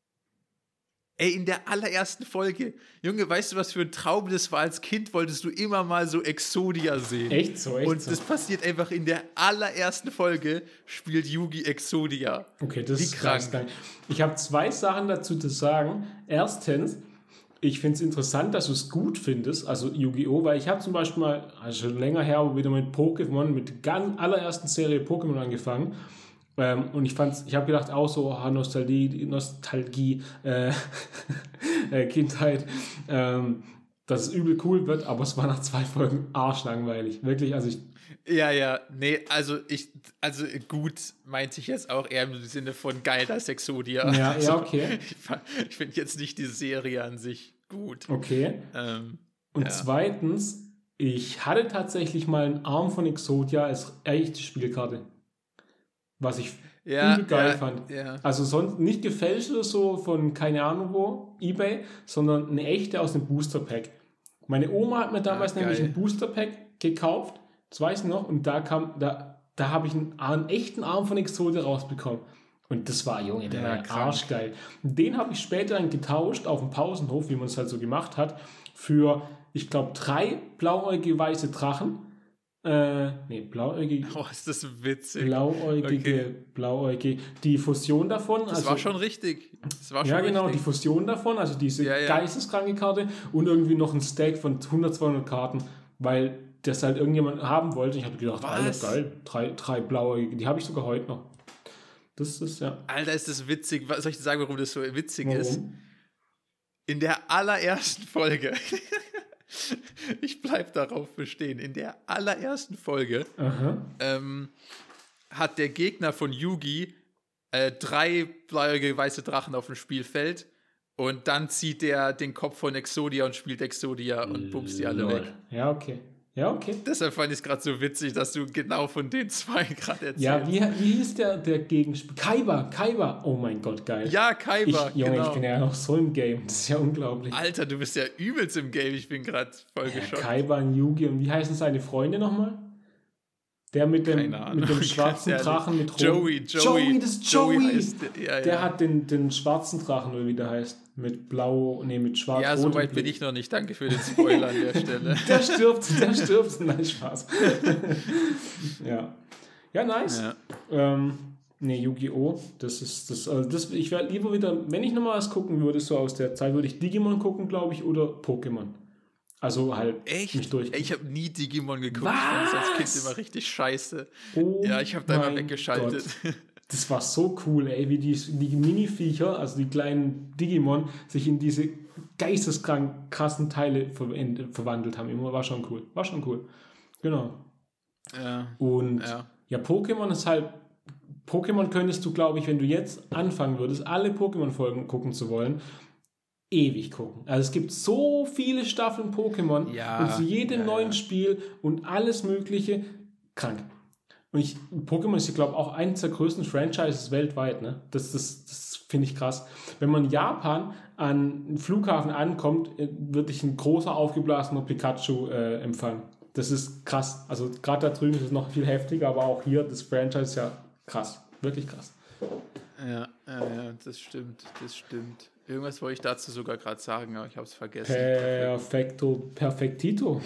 Ey, in der allerersten Folge. Junge, weißt du, was für ein Traum das war? Als Kind wolltest du immer mal so Exodia sehen. Echt so, echt Und so. das passiert einfach in der allerersten Folge, spielt Yugi Exodia. Okay, das Wie ist krank. krass. Krank. Ich habe zwei Sachen dazu zu sagen. Erstens, ich finde es interessant, dass du es gut findest, also Yu-Gi-Oh!, weil ich habe zum Beispiel mal, also schon länger her, aber wieder mit Pokémon, mit der ganz allerersten Serie Pokémon angefangen. Ähm, und ich fand's, ich habe gedacht, auch so, oh, Nostalgie, Nostalgie, äh, äh, Kindheit, ähm, dass es übel cool wird, aber es war nach zwei Folgen arschlangweilig. Wirklich, also ich. Ja, ja, nee, also ich, also gut meinte ich jetzt auch eher im Sinne von geiler Exodia. Ja, also, ja, okay. Ich, ich finde jetzt nicht die Serie an sich gut. Okay. Ähm, und ja. zweitens, ich hatte tatsächlich mal einen Arm von Exodia als echte Spielkarte. Was ich ja, übel geil ja, fand. Ja. Also sonst nicht gefälscht oder so von keine Ahnung wo, eBay, sondern eine echte aus dem Booster Pack. Meine Oma hat mir damals Ah, nämlich geil. ein Booster Pack gekauft, das weiß ich noch, und da kam, da, da habe ich einen, einen echten Arm von Exodia rausbekommen. Und das war, Junge, der Ja, war krank. arschgeil. Und den habe ich später dann getauscht auf dem Pausenhof, wie man es halt so gemacht hat, für, ich glaube, drei blauäugige weiße Drachen. Äh, nee, blauäugige. Oh, ist das witzig. Blauäugige, Okay. blauäugige. Die Fusion davon. Das also, war schon richtig. Das war schon ja, genau, die richtig. Fusion davon, also diese Ja, ja. geisteskranke Karte und irgendwie noch ein Stack von hundert, zweihundert Karten, weil das halt irgendjemand haben wollte. Ich habe gedacht, Was? Alter, geil, drei, drei blauäugige, die habe ich sogar heute noch. Das ist, ja. Alter, ist das witzig. Was soll ich dir sagen, warum das so witzig ist? Warum? In der allerersten Folge, ich bleib darauf bestehen, in der allerersten Folge Aha. ähm, hat der Gegner von Yugi äh, drei blauäugige weiße Drachen auf dem Spielfeld und dann zieht der den Kopf von Exodia und spielt Exodia und bumst die alle Lol. weg. Ja, okay. Ja, okay. Deshalb fand ich es gerade so witzig, dass du genau von den zwei gerade erzählst. Ja, wie, wie hieß der, der Gegenspieler? Kaiba, Kaiba. Oh mein Gott, geil. Ja, Kaiba, ich, Junge, genau. ich bin ja noch so im Game. Das ist ja unglaublich. Alter, du bist ja übelst im Game. Ich bin gerade voll Ja, geschockt. Kaiba und Yugi. Und wie heißen seine Freunde nochmal? Der mit dem, Keine Ahnung, mit dem ganz schwarzen ehrlich. Drachen mit Rot- Joey, Joey. Joey, das ist Joey. heißt der, ja, Der ja. hat den, den schwarzen Drachen, oder wie der heißt. Mit blau, nee, mit schwarz. Ja, so weit bin ich noch nicht. Danke für den Spoiler an der Stelle. Der stirbt, der stirbt. Nein, Spaß. ja. Ja, nice. Ja. Ähm, nee, Yu-Gi-Oh! Das ist, das, also das, ich werde lieber wieder, wenn ich nochmal was gucken würde, so aus der Zeit, würde ich Digimon gucken, glaube ich, oder Pokémon. Also halt Echt? mich durch. Ey, ich habe nie Digimon geguckt. Was? Ich fand das als Kind immer richtig scheiße. Oh Ja, ich habe da immer mein weggeschaltet. Gott. Das war so cool, ey, wie die, die Mini-Viecher, also die kleinen Digimon, sich in diese geisteskrank krassen Teile ver verwandelt haben. Immer war schon cool. War schon cool. Genau. Ja. Und Ja. ja, Pokémon ist halt. Pokémon könntest du, glaube ich, wenn du jetzt anfangen würdest, alle Pokémon-Folgen gucken zu wollen, ewig gucken. Also es gibt so viele Staffeln Pokémon Ja, und zu jedem ja, neuen ja. Spiel und alles Mögliche krank. Und ich, Pokémon ist, ich glaube, auch eines der größten Franchises weltweit. Ne? Das, das, das finde ich krass. Wenn man in Japan an einen Flughafen ankommt, wird dich ein großer, aufgeblasener Pikachu äh, empfangen. Das ist krass. Also gerade da drüben ist es noch viel heftiger, aber auch hier, das Franchise ist ja krass. Wirklich krass. Ja, ja, ja, das stimmt, das stimmt. Irgendwas wollte ich dazu sogar gerade sagen, aber ich habe es vergessen. Perfekto, perfektito.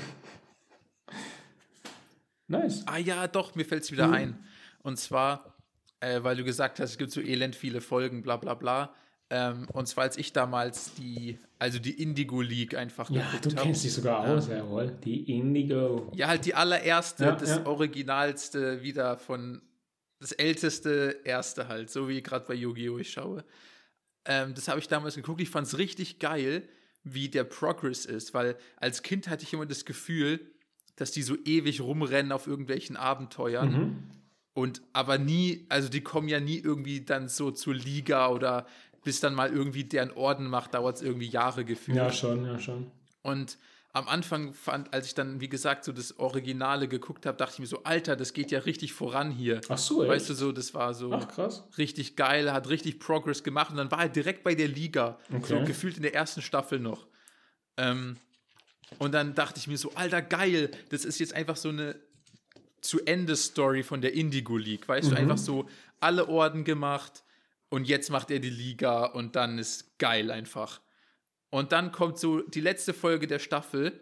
Nice. Ah ja, doch, mir fällt es wieder Mhm. ein. Und zwar, äh, weil du gesagt hast, es gibt so elend viele Folgen, bla bla bla. Ähm, und zwar, als ich damals die, also die Indigo League einfach Ja, geguckt du habe. kennst dich sogar aus, jawohl. Die Indigo. Ja, halt die allererste, Ja, das ja. Originalste wieder von, das älteste erste halt, so wie gerade bei Yu-Gi-Oh! Ich schaue. Ähm, das habe ich damals geguckt, ich fand es richtig geil, wie der Progress ist, weil als Kind hatte ich immer das Gefühl, dass die so ewig rumrennen auf irgendwelchen Abenteuern Mhm. und aber nie, also die kommen ja nie irgendwie dann so zur Liga oder bis dann mal irgendwie deren Orden macht, dauert es irgendwie Jahre gefühlt. Ja, schon, ja, schon. Und am Anfang fand, als ich dann, wie gesagt, so das Originale geguckt habe, dachte ich mir so, Alter, das geht ja richtig voran hier. Ach so, echt? Weißt du, so, das war so Ach, krass. richtig geil, hat richtig Progress gemacht und dann war er direkt bei der Liga, Okay. so gefühlt in der ersten Staffel noch. Ähm, und dann dachte ich mir so, Alter, geil, das ist jetzt einfach so eine Zu-Ende-Story von der Indigo League, weißt Mhm. du, einfach so alle Orden gemacht und jetzt macht er die Liga und dann ist geil einfach. Und dann kommt so die letzte Folge der Staffel,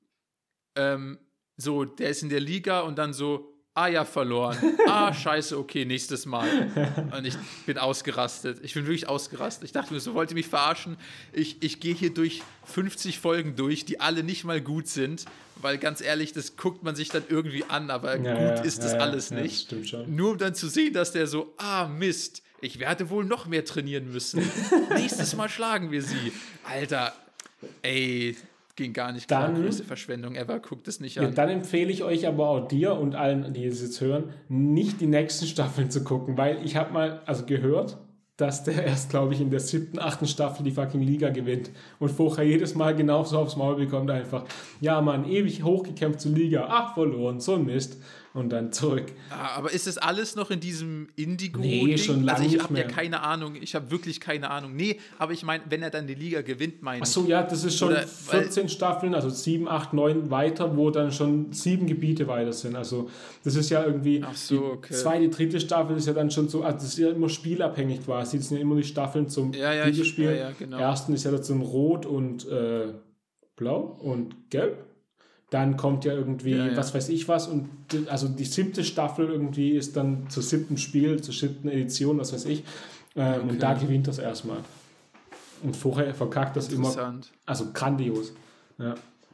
ähm, so, der ist in der Liga und dann so, ah ja, verloren. Ah, scheiße, okay, nächstes Mal. Und ich bin ausgerastet. Ich bin wirklich ausgerastet. Ich dachte mir so, wollt ihr mich verarschen? Ich, ich gehe hier durch fünfzig Folgen durch, die alle nicht mal gut sind, weil ganz ehrlich, das guckt man sich dann irgendwie an, aber Ja, gut ja, ist das ja, ja, alles ja, das nicht. stimmt schon. Nur um dann zu sehen, dass der so, ah, Mist, ich werde wohl noch mehr trainieren müssen. Nächstes Mal schlagen wir sie. Alter, ey, ging gar nicht klar. Dann- Größte Verschwendung ever. Guckt es nicht Ja, an. dann empfehle ich euch aber auch dir und allen, die es jetzt hören, nicht die nächsten Staffeln zu gucken, weil ich habe mal also gehört, dass der erst, glaube ich, in der siebten, achten Staffel die fucking Liga gewinnt und vorher jedes Mal genauso aufs Maul bekommt einfach. Ja, Mann, ewig hochgekämpft zur Liga, ach, verloren, so ein Mist. Und dann zurück. Ah, aber ist das alles noch in diesem indigo Nee, schon lange Also ich nicht habe ja mehr. keine Ahnung. Ich habe wirklich keine Ahnung. Nee, aber ich meine, wenn er dann die Liga gewinnt, meine Ach ich. so, ja, das ist schon Oder, weil- vierzehn Staffeln, also sieben, acht, neun weiter, wo dann schon sieben Gebiete weiter sind. Also das ist ja irgendwie, Ach so, die okay. zweite, dritte Staffel ist ja dann schon so, also das ist ja immer spielabhängig quasi. Das sind ja immer die Staffeln zum Ja, ja, ich- Videospiel. ja, ja, genau. Ersten ist ja dazu ein Rot und äh, Blau und Gelb. Dann kommt ja irgendwie, Ja, ja. was weiß ich was, und die, also die siebte Staffel irgendwie ist dann zur siebten Spiel, zur siebten Edition, was weiß ich. Ähm, Okay. Und da gewinnt das erstmal. Und vorher verkackt das immer. Interessant. Also grandios. Ja.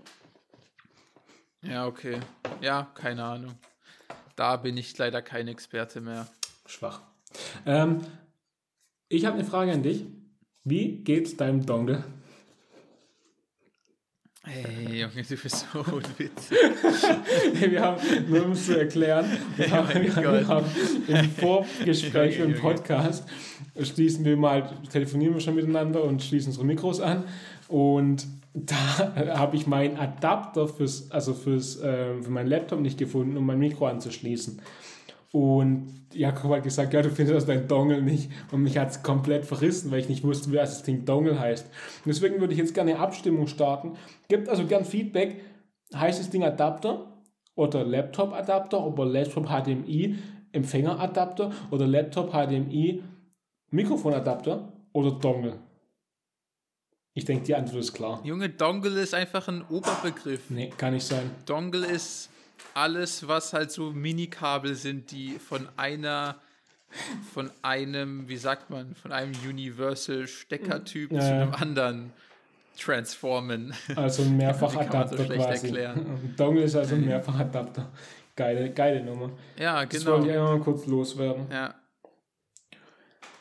Ja, okay. Ja, keine Ahnung. Da bin ich leider kein Experte mehr. Schwach. Ähm, ich habe eine Frage an dich. Wie geht's deinem Dongle? Ey, Junge, du bist so unwitzig. Wir haben, nur um es zu erklären, wir haben, mein wir Gott. haben im Vorgespräch Junge, im Junge. Podcast schließen wir mal, telefonieren wir schon miteinander und schließen unsere Mikros an. Und da habe ich meinen Adapter fürs, also fürs, äh, für meinen Laptop nicht gefunden, um mein Mikro anzuschließen. Und Jakob hat gesagt, ja, du findest das dein Dongle nicht. Und mich hat es komplett verrissen, weil ich nicht wusste, wie das Ding Dongle heißt. Und deswegen würde ich jetzt gerne eine Abstimmung starten. Gebt also gern Feedback. Heißt das Ding Adapter oder Laptop-Adapter oder Laptop H D M I Empfängeradapter oder Laptop H D M I Mikrofonadapter oder Dongle? Ich denke, die Antwort ist klar. Junge, Dongle ist einfach ein Oberbegriff. Nee, kann nicht sein. Dongle ist alles, was halt so Minikabel sind, die von einer, von einem, wie sagt man, von einem Universal-Steckertyp Ja, zu ja. einem anderen transformen. Also ein Mehrfachadapter so schlecht quasi. erklären. Dongle ist also ein Mehrfachadapter. Geile, geile Nummer. Ja, Das genau. wollte ich einfach mal kurz loswerden. Ja.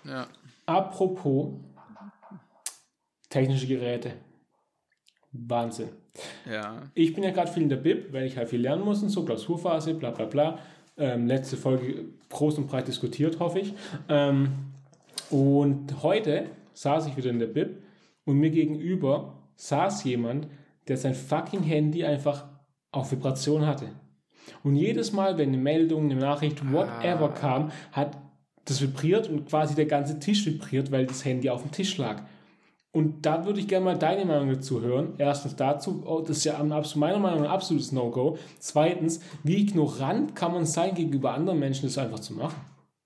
Ja. Apropos technische Geräte. Wahnsinn. Ja. Ich bin ja gerade viel in der Bib, weil ich halt viel lernen muss und so, Klausurphase, bla bla bla. Ähm, letzte Folge groß und breit diskutiert, hoffe ich. Ähm, und heute saß ich wieder in der Bib und mir gegenüber saß jemand, der sein fucking Handy einfach auf Vibration hatte. Und jedes Mal, wenn eine Meldung, eine Nachricht, whatever Ah. kam, hat das vibriert und quasi der ganze Tisch vibriert, weil das Handy auf dem Tisch lag. Und da würde ich gerne mal deine Meinung dazu hören. Erstens dazu, oh, das ist ja ein, meiner Meinung nach ein absolutes No-Go. Zweitens, wie ignorant kann man sein, gegenüber anderen Menschen das einfach zu machen?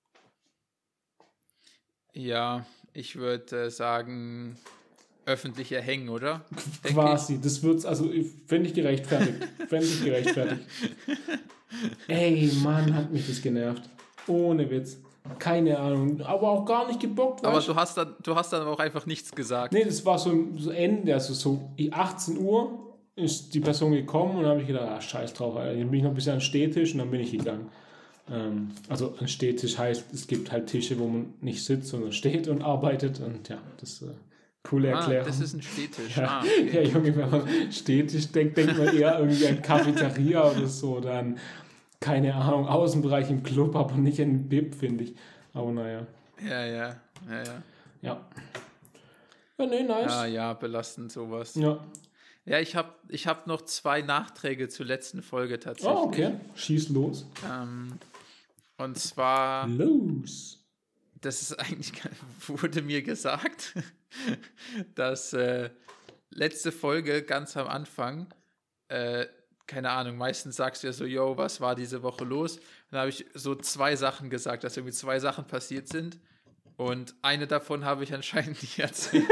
Ja, ich würde äh, sagen, öffentlich erhängen, oder? Denk Quasi, das wird's, also fände ich gerechtfertigt. Fände ich gerechtfertigt. Ey, Mann, hat mich das genervt. Ohne Witz. Keine Ahnung, aber auch gar nicht gebockt. Aber weißt du hast dann, du hast dann auch einfach nichts gesagt. Nee, das war so, so Ende, also so achtzehn Uhr ist die Person gekommen und dann habe ich gedacht, ah, scheiß drauf, Alter. Dann bin ich noch ein bisschen an den Stehtisch und dann bin ich gegangen. Ähm, also ein Stehtisch heißt, es gibt halt Tische, wo man nicht sitzt, sondern steht und arbeitet und ja, das ist äh, coole Erklärung. Ah, das ist ein Stehtisch. Ja, Ah, okay. ja, Junge, wenn man Stehtisch denkt, denkt man eher irgendwie an Cafeteria oder so, oder an, keine Ahnung, Außenbereich im Club, aber nicht in Bib, finde ich. Aber naja. Ja, ja, ja, ja. Ja. Ja, nee, nice. Ah, ja, belastend sowas. Ja. Ja, ich habe ich hab noch zwei Nachträge zur letzten Folge tatsächlich. Oh, okay. Schieß los. Ähm, und zwar, Los. das ist eigentlich, wurde mir gesagt, dass äh, letzte Folge ganz am Anfang, äh, keine Ahnung, meistens sagst du ja so, yo, was war diese Woche los? Und dann habe ich so zwei Sachen gesagt, dass irgendwie zwei Sachen passiert sind. Und eine davon habe ich anscheinend nicht erzählt.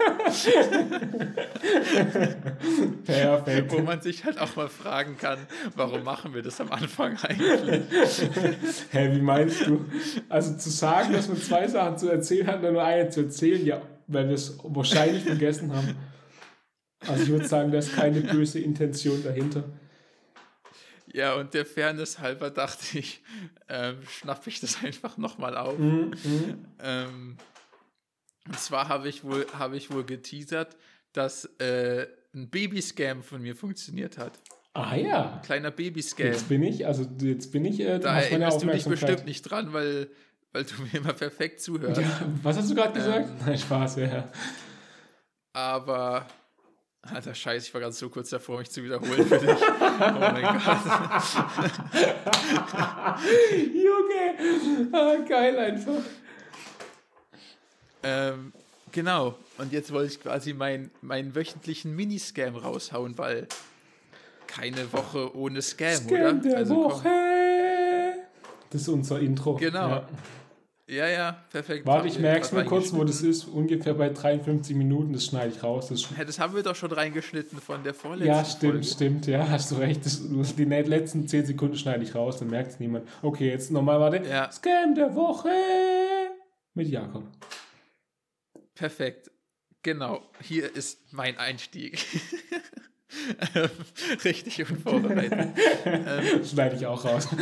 Perfekt. Wo man sich halt auch mal fragen kann, warum machen wir das am Anfang eigentlich? Hä, wie meinst du? Also zu sagen, dass man zwei Sachen zu erzählen hat, und nur eine zu erzählen, ja, weil wir es wahrscheinlich vergessen haben. Also ich würde sagen, da ist keine böse Intention dahinter. Ja, und der Fairness halber dachte ich, ähm, schnappe ich das einfach nochmal auf. Mhm, mhm. Ähm, und zwar habe ich wohl, habe ich wohl geteasert, dass äh, ein Babyscam von mir funktioniert hat. Ah ja. Kleiner Babyscam. Jetzt bin ich, also jetzt bin ich, äh, Da hast meine erinnerst du dich Aufmerksamkeit. bestimmt nicht dran, weil, weil du mir immer perfekt zuhörst. Ja, was hast du gerade gesagt? Ähm. Nein, Spaß, ja. Aber, alter Scheiß, ich war ganz so kurz davor, mich zu wiederholen für dich. Oh mein Gott. Junge, ah, geil einfach. Ähm, genau. Und jetzt wollte ich quasi meinen meinen wöchentlichen Miniscam raushauen, weil keine Woche ohne Scam, Scam oder? der Also, komm. Woche. Das ist unser Intro. Genau. Ja. Ja, ja, perfekt. Warte, Haben ich wir merke es grad mir kurz, wo das reingeschnitten. ist. Ungefähr bei dreiundfünfzig Minuten. Das schneide ich raus. Das Ja, das haben wir doch schon reingeschnitten von der vorletzten ja, stimmt, Folge. stimmt. Ja, hast du recht. Das, die letzten zehn Sekunden schneide ich raus, dann merkt es niemand. Okay, jetzt nochmal, warte. Ja. Scam der Woche mit Jakob. Perfekt. Genau. Hier ist mein Einstieg. Ähm, Richtig unvorbereitet. ähm, Schneide ich auch raus.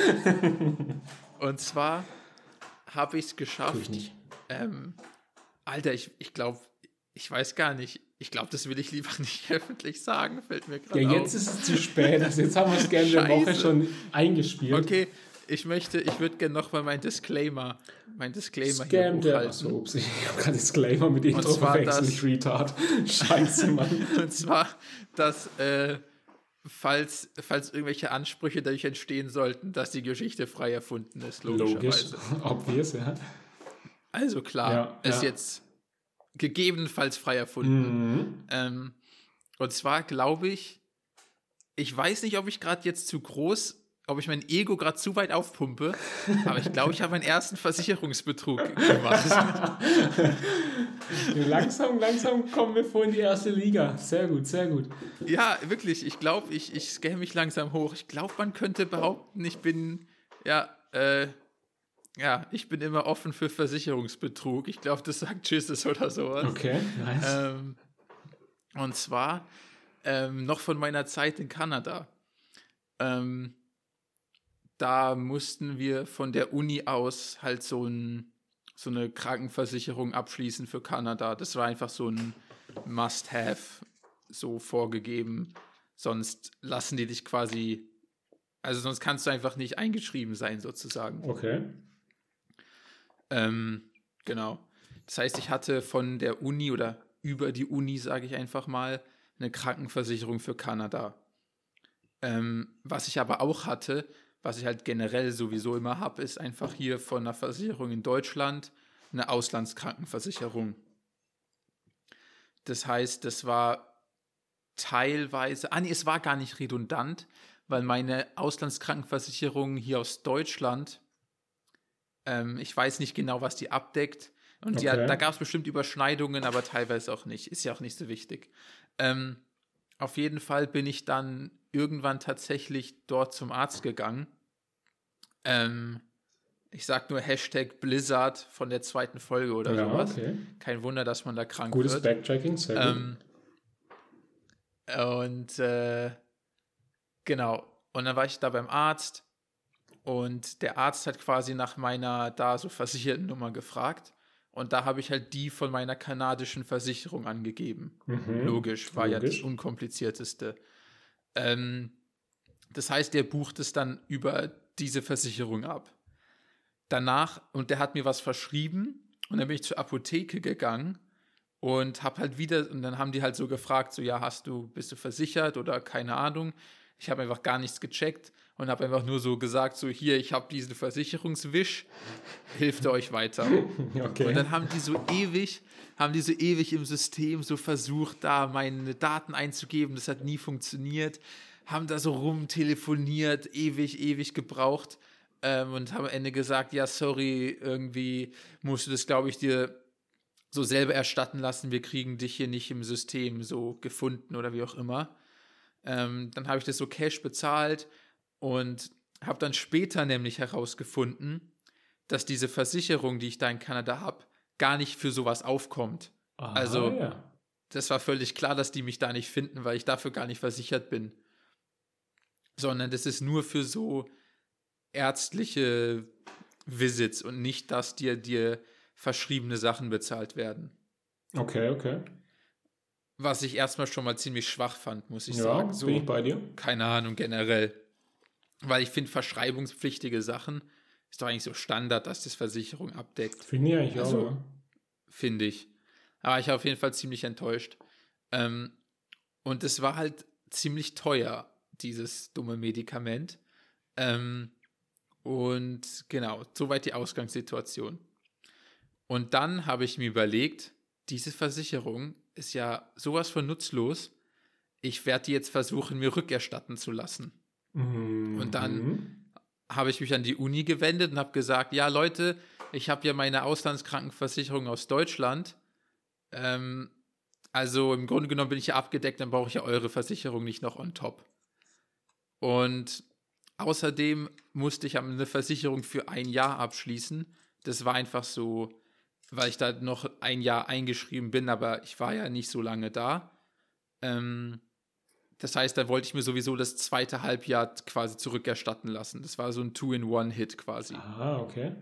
und zwar habe ich es Tue geschafft. ich nicht. Ähm, Alter, ich, ich glaube, ich weiß gar nicht. Ich glaube, das will ich lieber nicht öffentlich sagen, fällt mir gerade Ja, auf. jetzt ist es zu spät. Also jetzt haben wir es gerne der Woche Scheiße. schon eingespielt. Okay, ich möchte, ich würde gerne nochmal mein Disclaimer, mein Disclaimer Scam hier der. hochhalten. Achso, ups, ich habe gerade Disclaimer mit Intro zwar verwechselt. das- Ich retard. Scheiße, Mann. Und zwar, dass, äh, falls, falls irgendwelche Ansprüche dadurch entstehen sollten, dass die Geschichte frei erfunden ist, Logisch. logischerweise. Obvious, ja. Also klar, Ja, ist ja. jetzt gegebenenfalls frei erfunden. Mhm. Ähm, und zwar glaube ich, ich weiß nicht, ob ich gerade jetzt zu groß, ob ich mein Ego gerade zu weit aufpumpe, aber ich glaube, ich habe meinen ersten Versicherungsbetrug gemacht. Langsam, langsam kommen wir vor in die erste Liga. Sehr gut, sehr gut. Ja, wirklich, ich glaube, ich, ich scanne mich langsam hoch. Ich glaube, man könnte behaupten, ich bin, ja, äh, ja, ich bin immer offen für Versicherungsbetrug. Ich glaube, das sagt Jesus oder sowas. Okay, nice. Ähm, und zwar ähm, noch von meiner Zeit in Kanada. Ähm, da mussten wir von der Uni aus halt so ein, so eine Krankenversicherung abschließen für Kanada. Das war einfach so ein Must-Have, so vorgegeben. Sonst lassen die dich quasi, also sonst kannst du einfach nicht eingeschrieben sein, sozusagen. Okay. Ähm, genau. Das heißt, ich hatte von der Uni oder über die Uni, sage ich einfach mal, eine Krankenversicherung für Kanada. Ähm, was ich aber auch hatte, was ich halt generell sowieso immer habe, ist einfach hier von einer Versicherung in Deutschland eine Auslandskrankenversicherung. Das heißt, das war teilweise, ah nee, es war gar nicht redundant, weil meine Auslandskrankenversicherung hier aus Deutschland, ähm, ich weiß nicht genau, was die abdeckt. Und Okay. ja, da gab es bestimmt Überschneidungen, aber teilweise auch nicht. Ist ja auch nicht so wichtig. Ähm, auf jeden Fall bin ich dann irgendwann tatsächlich dort zum Arzt gegangen. Ähm, ich sag nur Hashtag Blizzard von der zweiten Folge oder Ja, sowas. okay. Kein Wunder, dass man da krank Gutes wird. Backtracking, sehr gut. Ähm, und äh, genau. Und dann war ich da beim Arzt und der Arzt hat quasi nach meiner da so versicherten Nummer gefragt. Und da habe ich halt die von meiner kanadischen Versicherung angegeben. Mhm. Logisch, war ja das Logisch. Unkomplizierteste. Ähm, das heißt, der bucht es dann über diese Versicherung ab. Danach, und der hat mir was verschrieben, und dann bin ich zur Apotheke gegangen und habe halt wieder, und dann haben die halt so gefragt, so, ja, hast du, bist du versichert oder keine Ahnung. Ich habe einfach gar nichts gecheckt und habe einfach nur so gesagt, so, hier, ich habe diesen Versicherungswisch, hilft ihr euch weiter. Okay. Und dann haben die so ewig, haben die so ewig im System so versucht, da meine Daten einzugeben. Das hat nie funktioniert. Haben da so rumtelefoniert, ewig, ewig gebraucht ähm, und haben am Ende gesagt, ja, sorry, irgendwie musst du das, glaube ich, dir so selber erstatten lassen. Wir kriegen dich hier nicht im System so gefunden oder wie auch immer. Ähm, dann habe ich das so Cash bezahlt und habe dann später nämlich herausgefunden, dass diese Versicherung, die ich da in Kanada habe, gar nicht für sowas aufkommt. Aha, also, ja. das war völlig klar, dass die mich da nicht finden, weil ich dafür gar nicht versichert bin. Sondern das ist nur für so ärztliche Visits und nicht, dass dir, dir verschriebene Sachen bezahlt werden. Okay, okay. Was ich erstmal schon mal ziemlich schwach fand, muss ich Ja, sagen. So, bin ich bei dir. keine Ahnung, generell. Weil ich finde, verschreibungspflichtige Sachen ist doch eigentlich so Standard, dass das Versicherung abdeckt. Finde ich eigentlich Also, auch. Ja. Finde ich. Aber ich war auf jeden Fall ziemlich enttäuscht. Ähm, und es war halt ziemlich teuer, dieses dumme Medikament. Ähm, und genau, soweit die Ausgangssituation. Und dann habe ich mir überlegt, diese Versicherung ist ja sowas von nutzlos. Ich werde die jetzt versuchen, mir rückerstatten zu lassen. Mhm. Und dann habe ich mich an die Uni gewendet und habe gesagt, ja Leute, ich habe ja meine Auslandskrankenversicherung aus Deutschland. Ähm, also im Grunde genommen bin ich ja abgedeckt, dann brauche ich ja eure Versicherung nicht noch on top. Und außerdem musste ich eine Versicherung für ein Jahr abschließen. Das war einfach so, weil ich da noch ein Jahr eingeschrieben bin, aber ich war ja nicht so lange da. Ähm, das heißt, da wollte ich mir sowieso das zweite Halbjahr quasi zurückerstatten lassen. Das war so ein Two-in-One-Hit quasi. Ah, okay.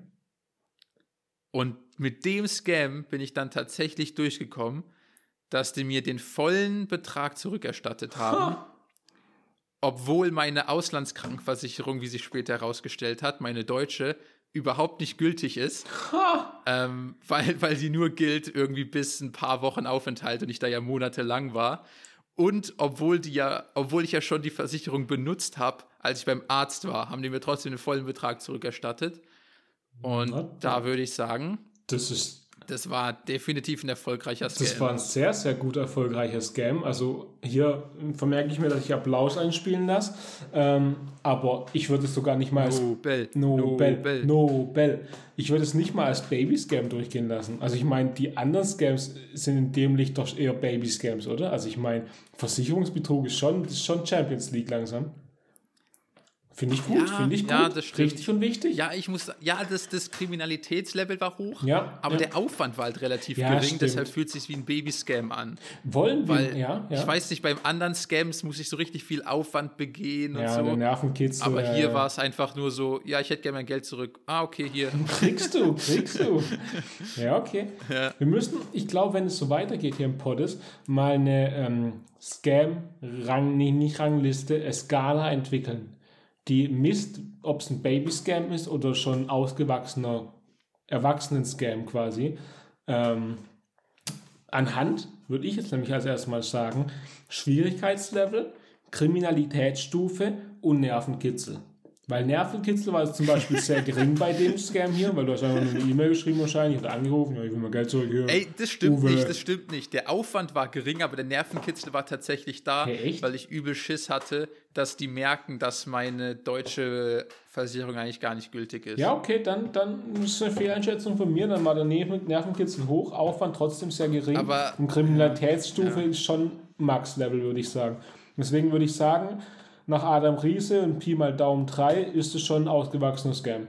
Und mit dem Scam bin ich dann tatsächlich durchgekommen, dass die mir den vollen Betrag zurückerstattet haben. Ha. Obwohl meine Auslandskrankenversicherung, wie sich später herausgestellt hat, meine deutsche, überhaupt nicht gültig ist. Ähm, weil, weil die nur gilt irgendwie bis ein paar Wochen Aufenthalt und ich da ja monatelang war. Und obwohl die ja, obwohl ich ja schon die Versicherung benutzt habe, als ich beim Arzt war, haben die mir trotzdem den vollen Betrag zurückerstattet. Und Na, da würde ich sagen, Das ist, das war definitiv ein erfolgreicher Scam. das war ein sehr, sehr gut erfolgreicher Scam. Also hier vermerke ich mir, dass ich Applaus einspielen lasse. Ähm, aber ich würde es sogar nicht mal als Nobel. Nobel. Nobel. Nobel. Ich würde es nicht mal als Baby-Scam durchgehen lassen. Also ich meine, die anderen Scams sind in dem Licht doch eher Baby-Scams, oder? Also ich meine, Versicherungsbetrug ist schon, das ist schon Champions League langsam. Finde ich gut, Ja, finde ich gut. ja, das stimmt. Richtig und wichtig. Ja, ich muss, ja, das, das Kriminalitätslevel war hoch, Ja, aber ja. der Aufwand war halt relativ Ja, gering, stimmt. deshalb fühlt es sich wie ein Babyscam an. Wollen wir, Weil, ja, ja. ich weiß nicht, beim anderen Scams muss ich so richtig viel Aufwand begehen und ja, so. der Nervenkitzel. Aber ja, hier ja. war es einfach nur so, ja, ich hätte gerne mein Geld zurück. Ah, okay, hier. Kriegst du, kriegst du. Ja, okay. Ja. Wir müssen, ich glaube, wenn es so weitergeht hier im Poddes, mal eine ähm, Scam-Rang, nee, nicht Rangliste, äh, Skala entwickeln, die misst, ob es ein Baby-Scam ist oder schon ausgewachsener Erwachsenen-Scam quasi. Ähm, anhand, würde ich jetzt nämlich als erstes mal sagen, Schwierigkeitslevel, Kriminalitätsstufe und Nervenkitzel. Weil Nervenkitzel war jetzt zum Beispiel sehr gering bei dem Scam hier, weil du hast einfach nur eine E-Mail geschrieben wahrscheinlich oder angerufen, ja, ich will mal Geld zurück hier. Ey, das stimmt Uwe. nicht, das stimmt nicht. Der Aufwand war gering, aber der Nervenkitzel war tatsächlich da, Hey, echt? weil ich übel Schiss hatte, dass die merken, dass meine deutsche Versicherung eigentlich gar nicht gültig ist. Ja, okay, dann, dann ist es eine Fehleinschätzung von mir, dann war der Nerven- Nervenkitzel hoch, Aufwand trotzdem sehr gering Aber- und Kriminalitätsstufe Ja. ist schon Max-Level, würde ich sagen. Deswegen würde ich sagen, nach Adam Riese und Pi mal Daumen drei ist es schon ein ausgewachsener Scam.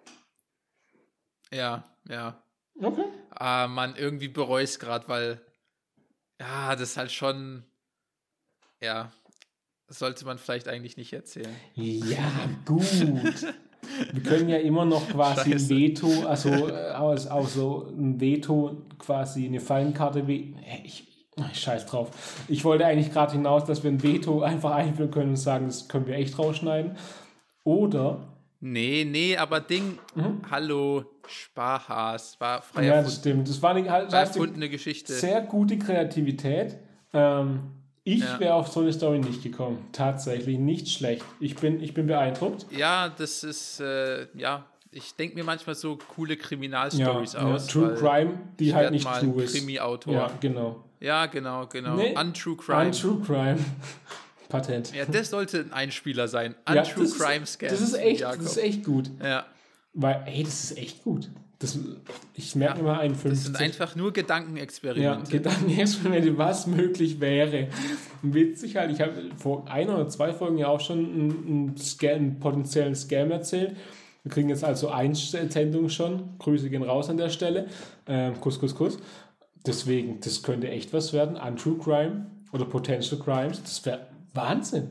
Ja, ja. Okay. Ah, Mann, irgendwie bereue ich es gerade, weil, ja, das ist halt schon, ja, das sollte man vielleicht eigentlich nicht erzählen. Ja, gut. Wir können ja immer noch quasi ein Scheiße. Veto, also äh, aus, aus so ein Veto quasi eine Fallenkarte. We- ich, ich scheiß drauf. Ich wollte eigentlich gerade hinaus, dass wir ein Veto einfach einführen können und sagen, das können wir echt rausschneiden. Oder, Nee, nee, aber Ding, hallo, Sparhaas, war frei Mhm. ja, das erfunden, stimmt. Das war eine, halt, frei das heißt, erfundene Geschichte. sehr gute Kreativität. Ähm, ich Ja. wäre auf so eine Story nicht gekommen. Tatsächlich nicht schlecht. Ich bin, ich bin beeindruckt. Ja, das ist, äh, ja, ich denke mir manchmal so coole Kriminalstories ja, aus. True weil Crime, die ich halt werd nicht mal true ein ist. Krimi-Autor. Ja, genau. Ja, genau, genau. Nee, Untrue Crime. Untrue Crime. Patent. Ja, das sollte ein Einspieler sein. Ja, Untrue das ist- Crime Scam. Das ist echt, Jakob. das ist echt gut. Ja, Weil, ey, das ist echt gut. Das, ich merke Ja, immer das einundfünfzig. sind einfach nur Ja, Gedankenexperimente. Gedankenexperimente, was möglich wäre. Witzig halt, ich habe vor einer oder zwei Folgen ja auch schon einen, einen, Scam, einen potenziellen Scam erzählt. Wir kriegen jetzt also Einsendungen schon. Grüße gehen raus an der Stelle. Ähm, Kuss, Kuss, Kuss. Deswegen, das könnte echt was werden. Untrue Crime oder Potential Crimes. Das wäre Wahnsinn.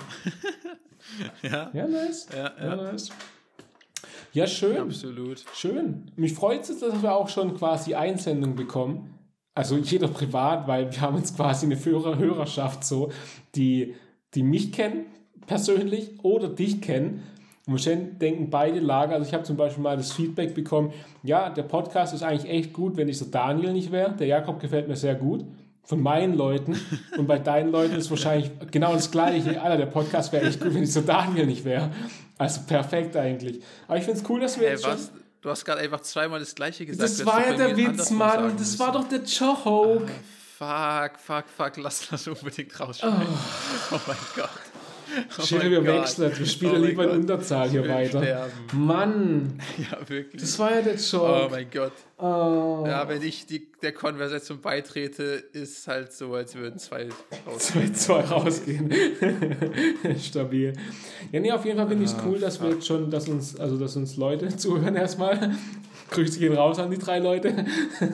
ja, Ja, nice. ja, Ja, ja, nice. Ja, schön. absolut. Schön. Mich freut es, dass wir auch schon quasi Einsendungen bekommen. Also jeder privat, weil wir haben jetzt quasi eine Hörer Hörerschaft so, die, die mich kennen persönlich oder dich kennen. Und wahrscheinlich denken beide Lager, also ich habe zum Beispiel mal das Feedback bekommen, ja, der Podcast ist eigentlich echt gut, wenn dieser Daniel nicht wäre. Der Jakob gefällt mir sehr gut. Von meinen Leuten. Und bei deinen Leuten ist wahrscheinlich genau das Gleiche. Alter, der Podcast wäre echt gut, wenn dieser Daniel nicht wäre. Also perfekt eigentlich. Aber ich finde es cool, dass wir Ey, jetzt schon... was? Du hast gerade einfach zweimal das Gleiche gesagt. Das Du war hättest ja doch bei der mir Witz, andersrum Mann. sagen Das war müssen. doch der Joke. Fuck, fuck, fuck, lass das unbedingt rausschneiden. Oh, mein Gott. Oh Schere, mein wir Gott. wechseln. Wir spielen Oh mein lieber in Gott. Unterzahl Ich hier will weiter. sterben. Mann, Ja, wirklich. das war ja der Oh Joke. mein Gott. Oh. Ja, wenn ich die, der Konversation beitrete, ist halt so, als würden zwei Zwei, zwei rausgehen. Stabil. Ja, nee, auf jeden Fall finde ich es Ah, cool, dass wir fuck. jetzt schon, dass uns, also dass uns Leute zuhören erstmal. Grüße gehen raus an die drei Leute.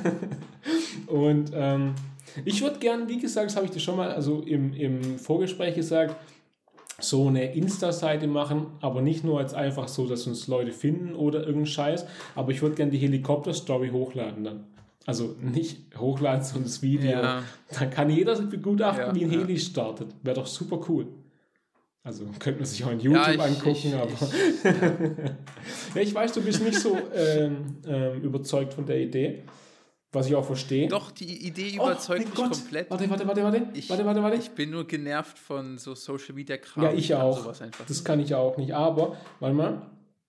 Und ähm, ich würde gern, wie gesagt, das habe ich dir schon mal also im, im Vorgespräch gesagt, so eine Insta-Seite machen, aber nicht nur als einfach so, dass uns Leute finden oder irgendeinen Scheiß, aber ich würde gerne die Helikopter-Story hochladen dann. Also nicht hochladen, sondern das Video. Ja. Dann kann jeder begutachten, Ja, wie ein ja. Heli startet. Wäre doch super cool. Also könnte man sich auch in YouTube Ja, ich- angucken, ich- aber... ja, ich weiß, du bist nicht so ähm, ähm, überzeugt von der Idee, was ich auch verstehe. Doch, die Idee Oh, überzeugt mein mich Gott. komplett. Warte, warte, warte, warte. Ich, warte, warte, warte. ich bin nur genervt von so Social Media Kram. Ja, ich kann auch. Sowas einfach. Das kann ich auch nicht. Aber, warte mal.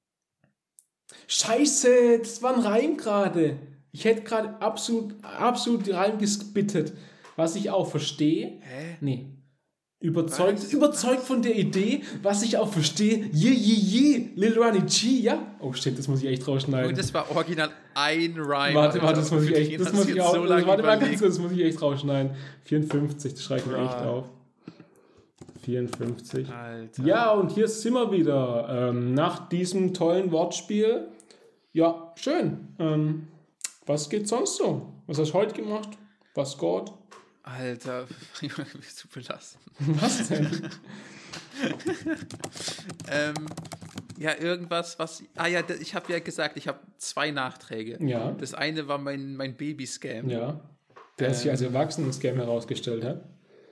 Scheiße, das war ein Reim gerade. Ich hätte gerade absolut, absolut Reim gespittet. Was ich auch verstehe. Hä? Nee. Überzeugt, Was? überzeugt von der Idee, was ich auch verstehe. Je, je, je. Lil Ronnie G, ja. Oh shit, das muss ich echt rausschneiden. Und das war original ein Rhyme. Warte, Alter. warte, das muss ich Für echt, den das hast muss du ich jetzt auch, so lange warte mal ganz überlegt. kurz, das muss ich echt rausschneiden. vierundfünfzig, das schreibe ich mir echt Ah. auf. vierundfünfzig. Alter. Ja, und hier sind wir wieder. Ähm, nach diesem tollen Wortspiel. Ja, schön. Ähm, was geht sonst so? Was hast du heute gemacht? Was geht? Alter, willst du belassen? Was denn? ähm, ja, irgendwas, was... Ah ja, ich habe ja gesagt, ich habe zwei Nachträge. Ja. Das eine war mein, mein Baby-Scam. Ja. Der Ähm, sich als Erwachsenen-Scam herausgestellt hat.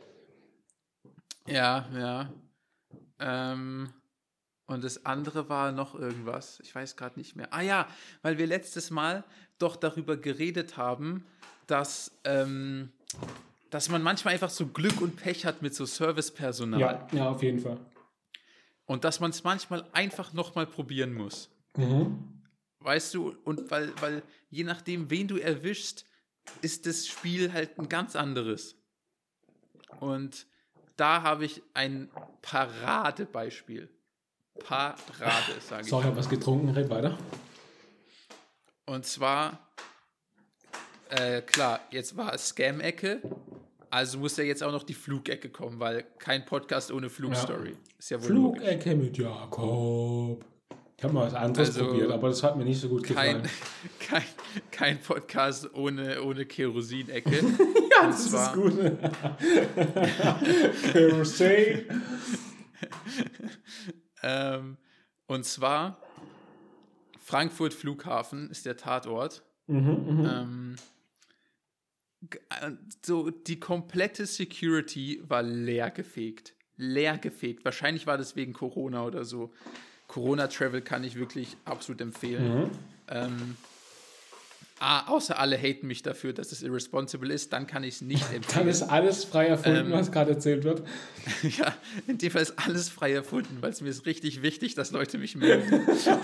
Ja, ja. Ähm, und das andere war noch irgendwas. Ich weiß gerade nicht mehr. Ah ja, weil wir letztes Mal doch darüber geredet haben, dass, ähm, dass man manchmal einfach so Glück und Pech hat mit so Servicepersonal. Ja, ja, auf jeden Fall. Und dass man es manchmal einfach nochmal probieren muss. Mhm. Weißt du, und weil, weil je nachdem, wen du erwischst, ist das Spiel halt ein ganz anderes. Und da habe ich ein Paradebeispiel. Parade, sage ich. Sorry, ich habe was getrunken, red weiter. Und zwar, äh, klar, jetzt war es Scam-Ecke, also muss ja jetzt auch noch die Flugecke kommen, weil kein Podcast ohne Flugstory. Ja. Ist ja wohl logisch. Flugecke mit Jakob. Ich habe mal was anderes Also probiert, aber das hat mir nicht so gut Kein, gefallen. kein, kein Podcast ohne, ohne Kerosin-Ecke. Ja, Und das zwar, ist gut. Kerosin. ähm, und zwar Frankfurt Flughafen ist der Tatort. Mhm, Ähm, g- äh, so die komplette Security war leer gefegt. Leer gefegt. Wahrscheinlich war das wegen Corona oder so. Corona-Travel kann ich wirklich absolut empfehlen. mhm. Ähm, ah, außer alle haten mich dafür, dass es irresponsible ist, dann kann ich es nicht empfehlen. Dann ist alles frei erfunden, Ähm, was gerade erzählt wird. Ja, in dem Fall ist alles frei erfunden, weil es mir ist richtig wichtig, dass Leute mich melden.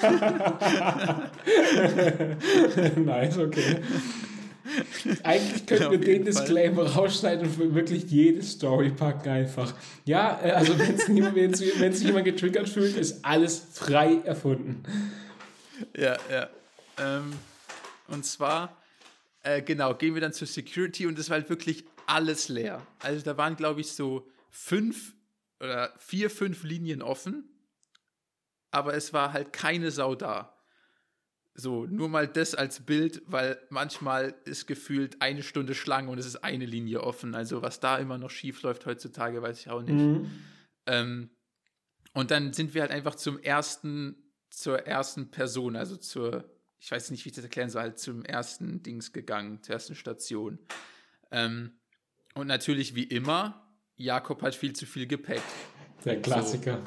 Nice, okay. Eigentlich könnten Auf wir den jeden Fall. Disclaimer rausschneiden und für wirklich jede Story packen einfach. Ja, äh, also wenn sich jemand getriggert fühlt, ist alles frei erfunden. Ja, ja. Ähm, und zwar, äh, genau, gehen wir dann zur Security und es war halt wirklich alles leer. Also da waren, glaube ich, so fünf oder vier, fünf Linien offen, aber es war halt keine Sau da. So, nur mal das als Bild, weil manchmal ist gefühlt eine Stunde Schlange und es ist eine Linie offen. Also was da immer noch schief läuft heutzutage, weiß ich auch nicht. Mhm. Ähm, und dann sind wir halt einfach zum ersten, zur ersten Person, also zur, ich weiß nicht, wie ich das erklären soll, halt zum ersten Dings gegangen, zur ersten Station. Ähm, und natürlich wie immer, Jakob hat viel zu viel Gepäck. Der Klassiker.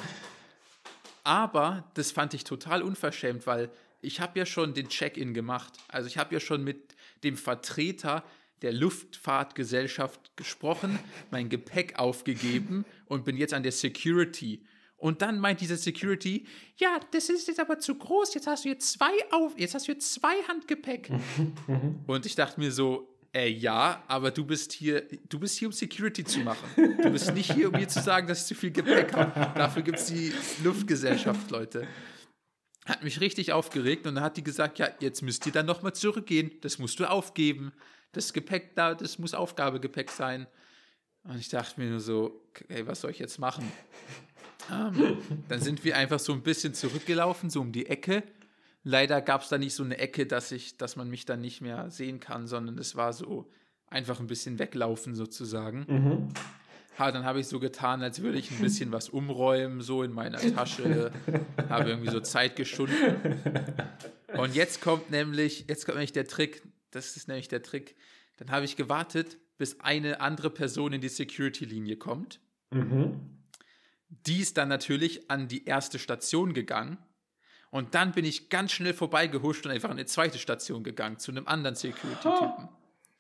Aber das fand ich total unverschämt, weil ich habe ja schon den Check-in gemacht. Also ich habe ja schon mit dem Vertreter der Luftfahrtgesellschaft gesprochen, mein Gepäck aufgegeben und bin jetzt an der Security. Und dann meint diese Security, ja, das ist jetzt aber zu groß, jetzt hast du jetzt zwei auf, jetzt hast du jetzt zwei Handgepäck. Und ich dachte mir so, äh, ja, aber du bist hier, du bist hier, um Security zu machen. Du bist nicht hier, um mir zu sagen, dass ich zu viel Gepäck habe. Dafür gibt es die Luftgesellschaft, Leute. Hat mich richtig aufgeregt und dann hat die gesagt, ja, jetzt müsst ihr dann nochmal zurückgehen, das musst du aufgeben. Das Gepäck da, das muss Aufgabegepäck sein. Und ich dachte mir nur so, okay, was soll ich jetzt machen? Ähm, dann sind wir einfach so ein bisschen zurückgelaufen, so um die Ecke. Leider gab es da nicht so eine Ecke, dass ich, dass man mich dann nicht mehr sehen kann, sondern es war so einfach ein bisschen weglaufen sozusagen. Mhm. Ha, dann habe ich so getan, als würde ich ein bisschen was umräumen, so in meiner Tasche, habe irgendwie so Zeit geschunden. Und jetzt kommt nämlich, jetzt kommt nämlich der Trick, das ist nämlich der Trick, dann habe ich gewartet, bis eine andere Person in die Security-Linie kommt. Mhm. Die ist dann natürlich an die erste Station gegangen und dann bin ich ganz schnell vorbeigehuscht und einfach an eine zweite Station gegangen, zu einem anderen Security-Typen.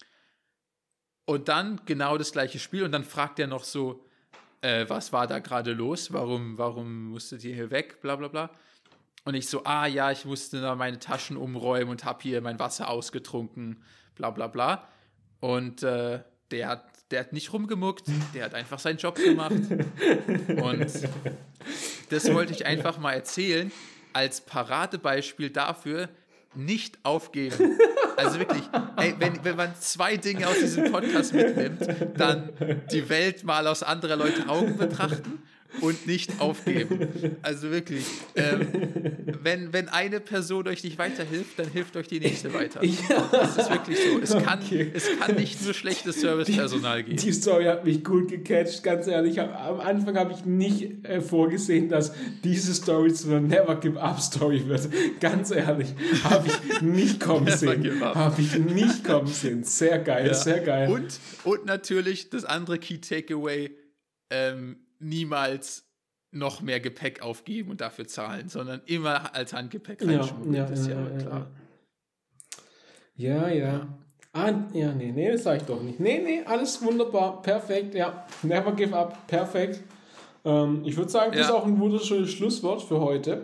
Und dann genau das gleiche Spiel und dann fragt er noch so, äh, was war da gerade los, warum, warum musstet ihr hier weg, bla bla bla. Und ich so, ah ja, ich musste da meine Taschen umräumen und habe hier mein Wasser ausgetrunken, bla bla bla. Und äh, der hat, der hat nicht rumgemuckt, der hat einfach seinen Job gemacht. Und das wollte ich einfach mal erzählen, als Paradebeispiel dafür, nicht aufgeben. Also wirklich, ey, wenn, wenn man zwei Dinge aus diesem Podcast mitnimmt, dann die Welt mal aus anderer Leute Augen betrachten und nicht aufgeben. Also wirklich, ähm, wenn, wenn eine Person euch nicht weiterhilft, dann hilft euch die nächste weiter. Ja. Das ist wirklich so. Es kann, Okay. es kann nicht nur schlechtes Servicepersonal geben. Die Story hat mich gut gecatcht, ganz ehrlich. Hab, am Anfang habe ich nicht äh, vorgesehen, dass diese Story zu einer Never Give Up Story wird. Ganz ehrlich, habe ich nicht kommen Never sehen. give up. Habe ich nicht kommen sehen. Sehr geil, Ja. sehr geil. Und, und natürlich das andere Key Takeaway, ähm, niemals noch mehr Gepäck aufgeben und dafür zahlen, sondern immer als Handgepäck ja, reinschmuggeln. ja, Das ist ja, ja, wohl ja, klar. ja, ja. Ah, ja, nee, nee, das sag ich doch nicht. Nee, nee, alles wunderbar, perfekt, ja. Never give up, perfekt. Ähm, ich würde sagen, das Ja. ist auch ein wunderschönes Schlusswort für heute.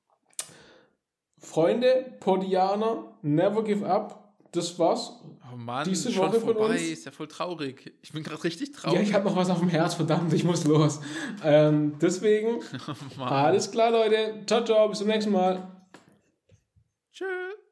Freunde, Podianer, never give up, das war's. Oh Mann, Diese schon Woche von vorbei, uns? ist ja voll traurig. Ich bin gerade richtig Ja, traurig. ich habe noch was auf dem Herz, verdammt, ich muss los. Ähm, deswegen, Mann. alles klar, Leute. Ciao, ciao, bis zum nächsten Mal. Tschüss.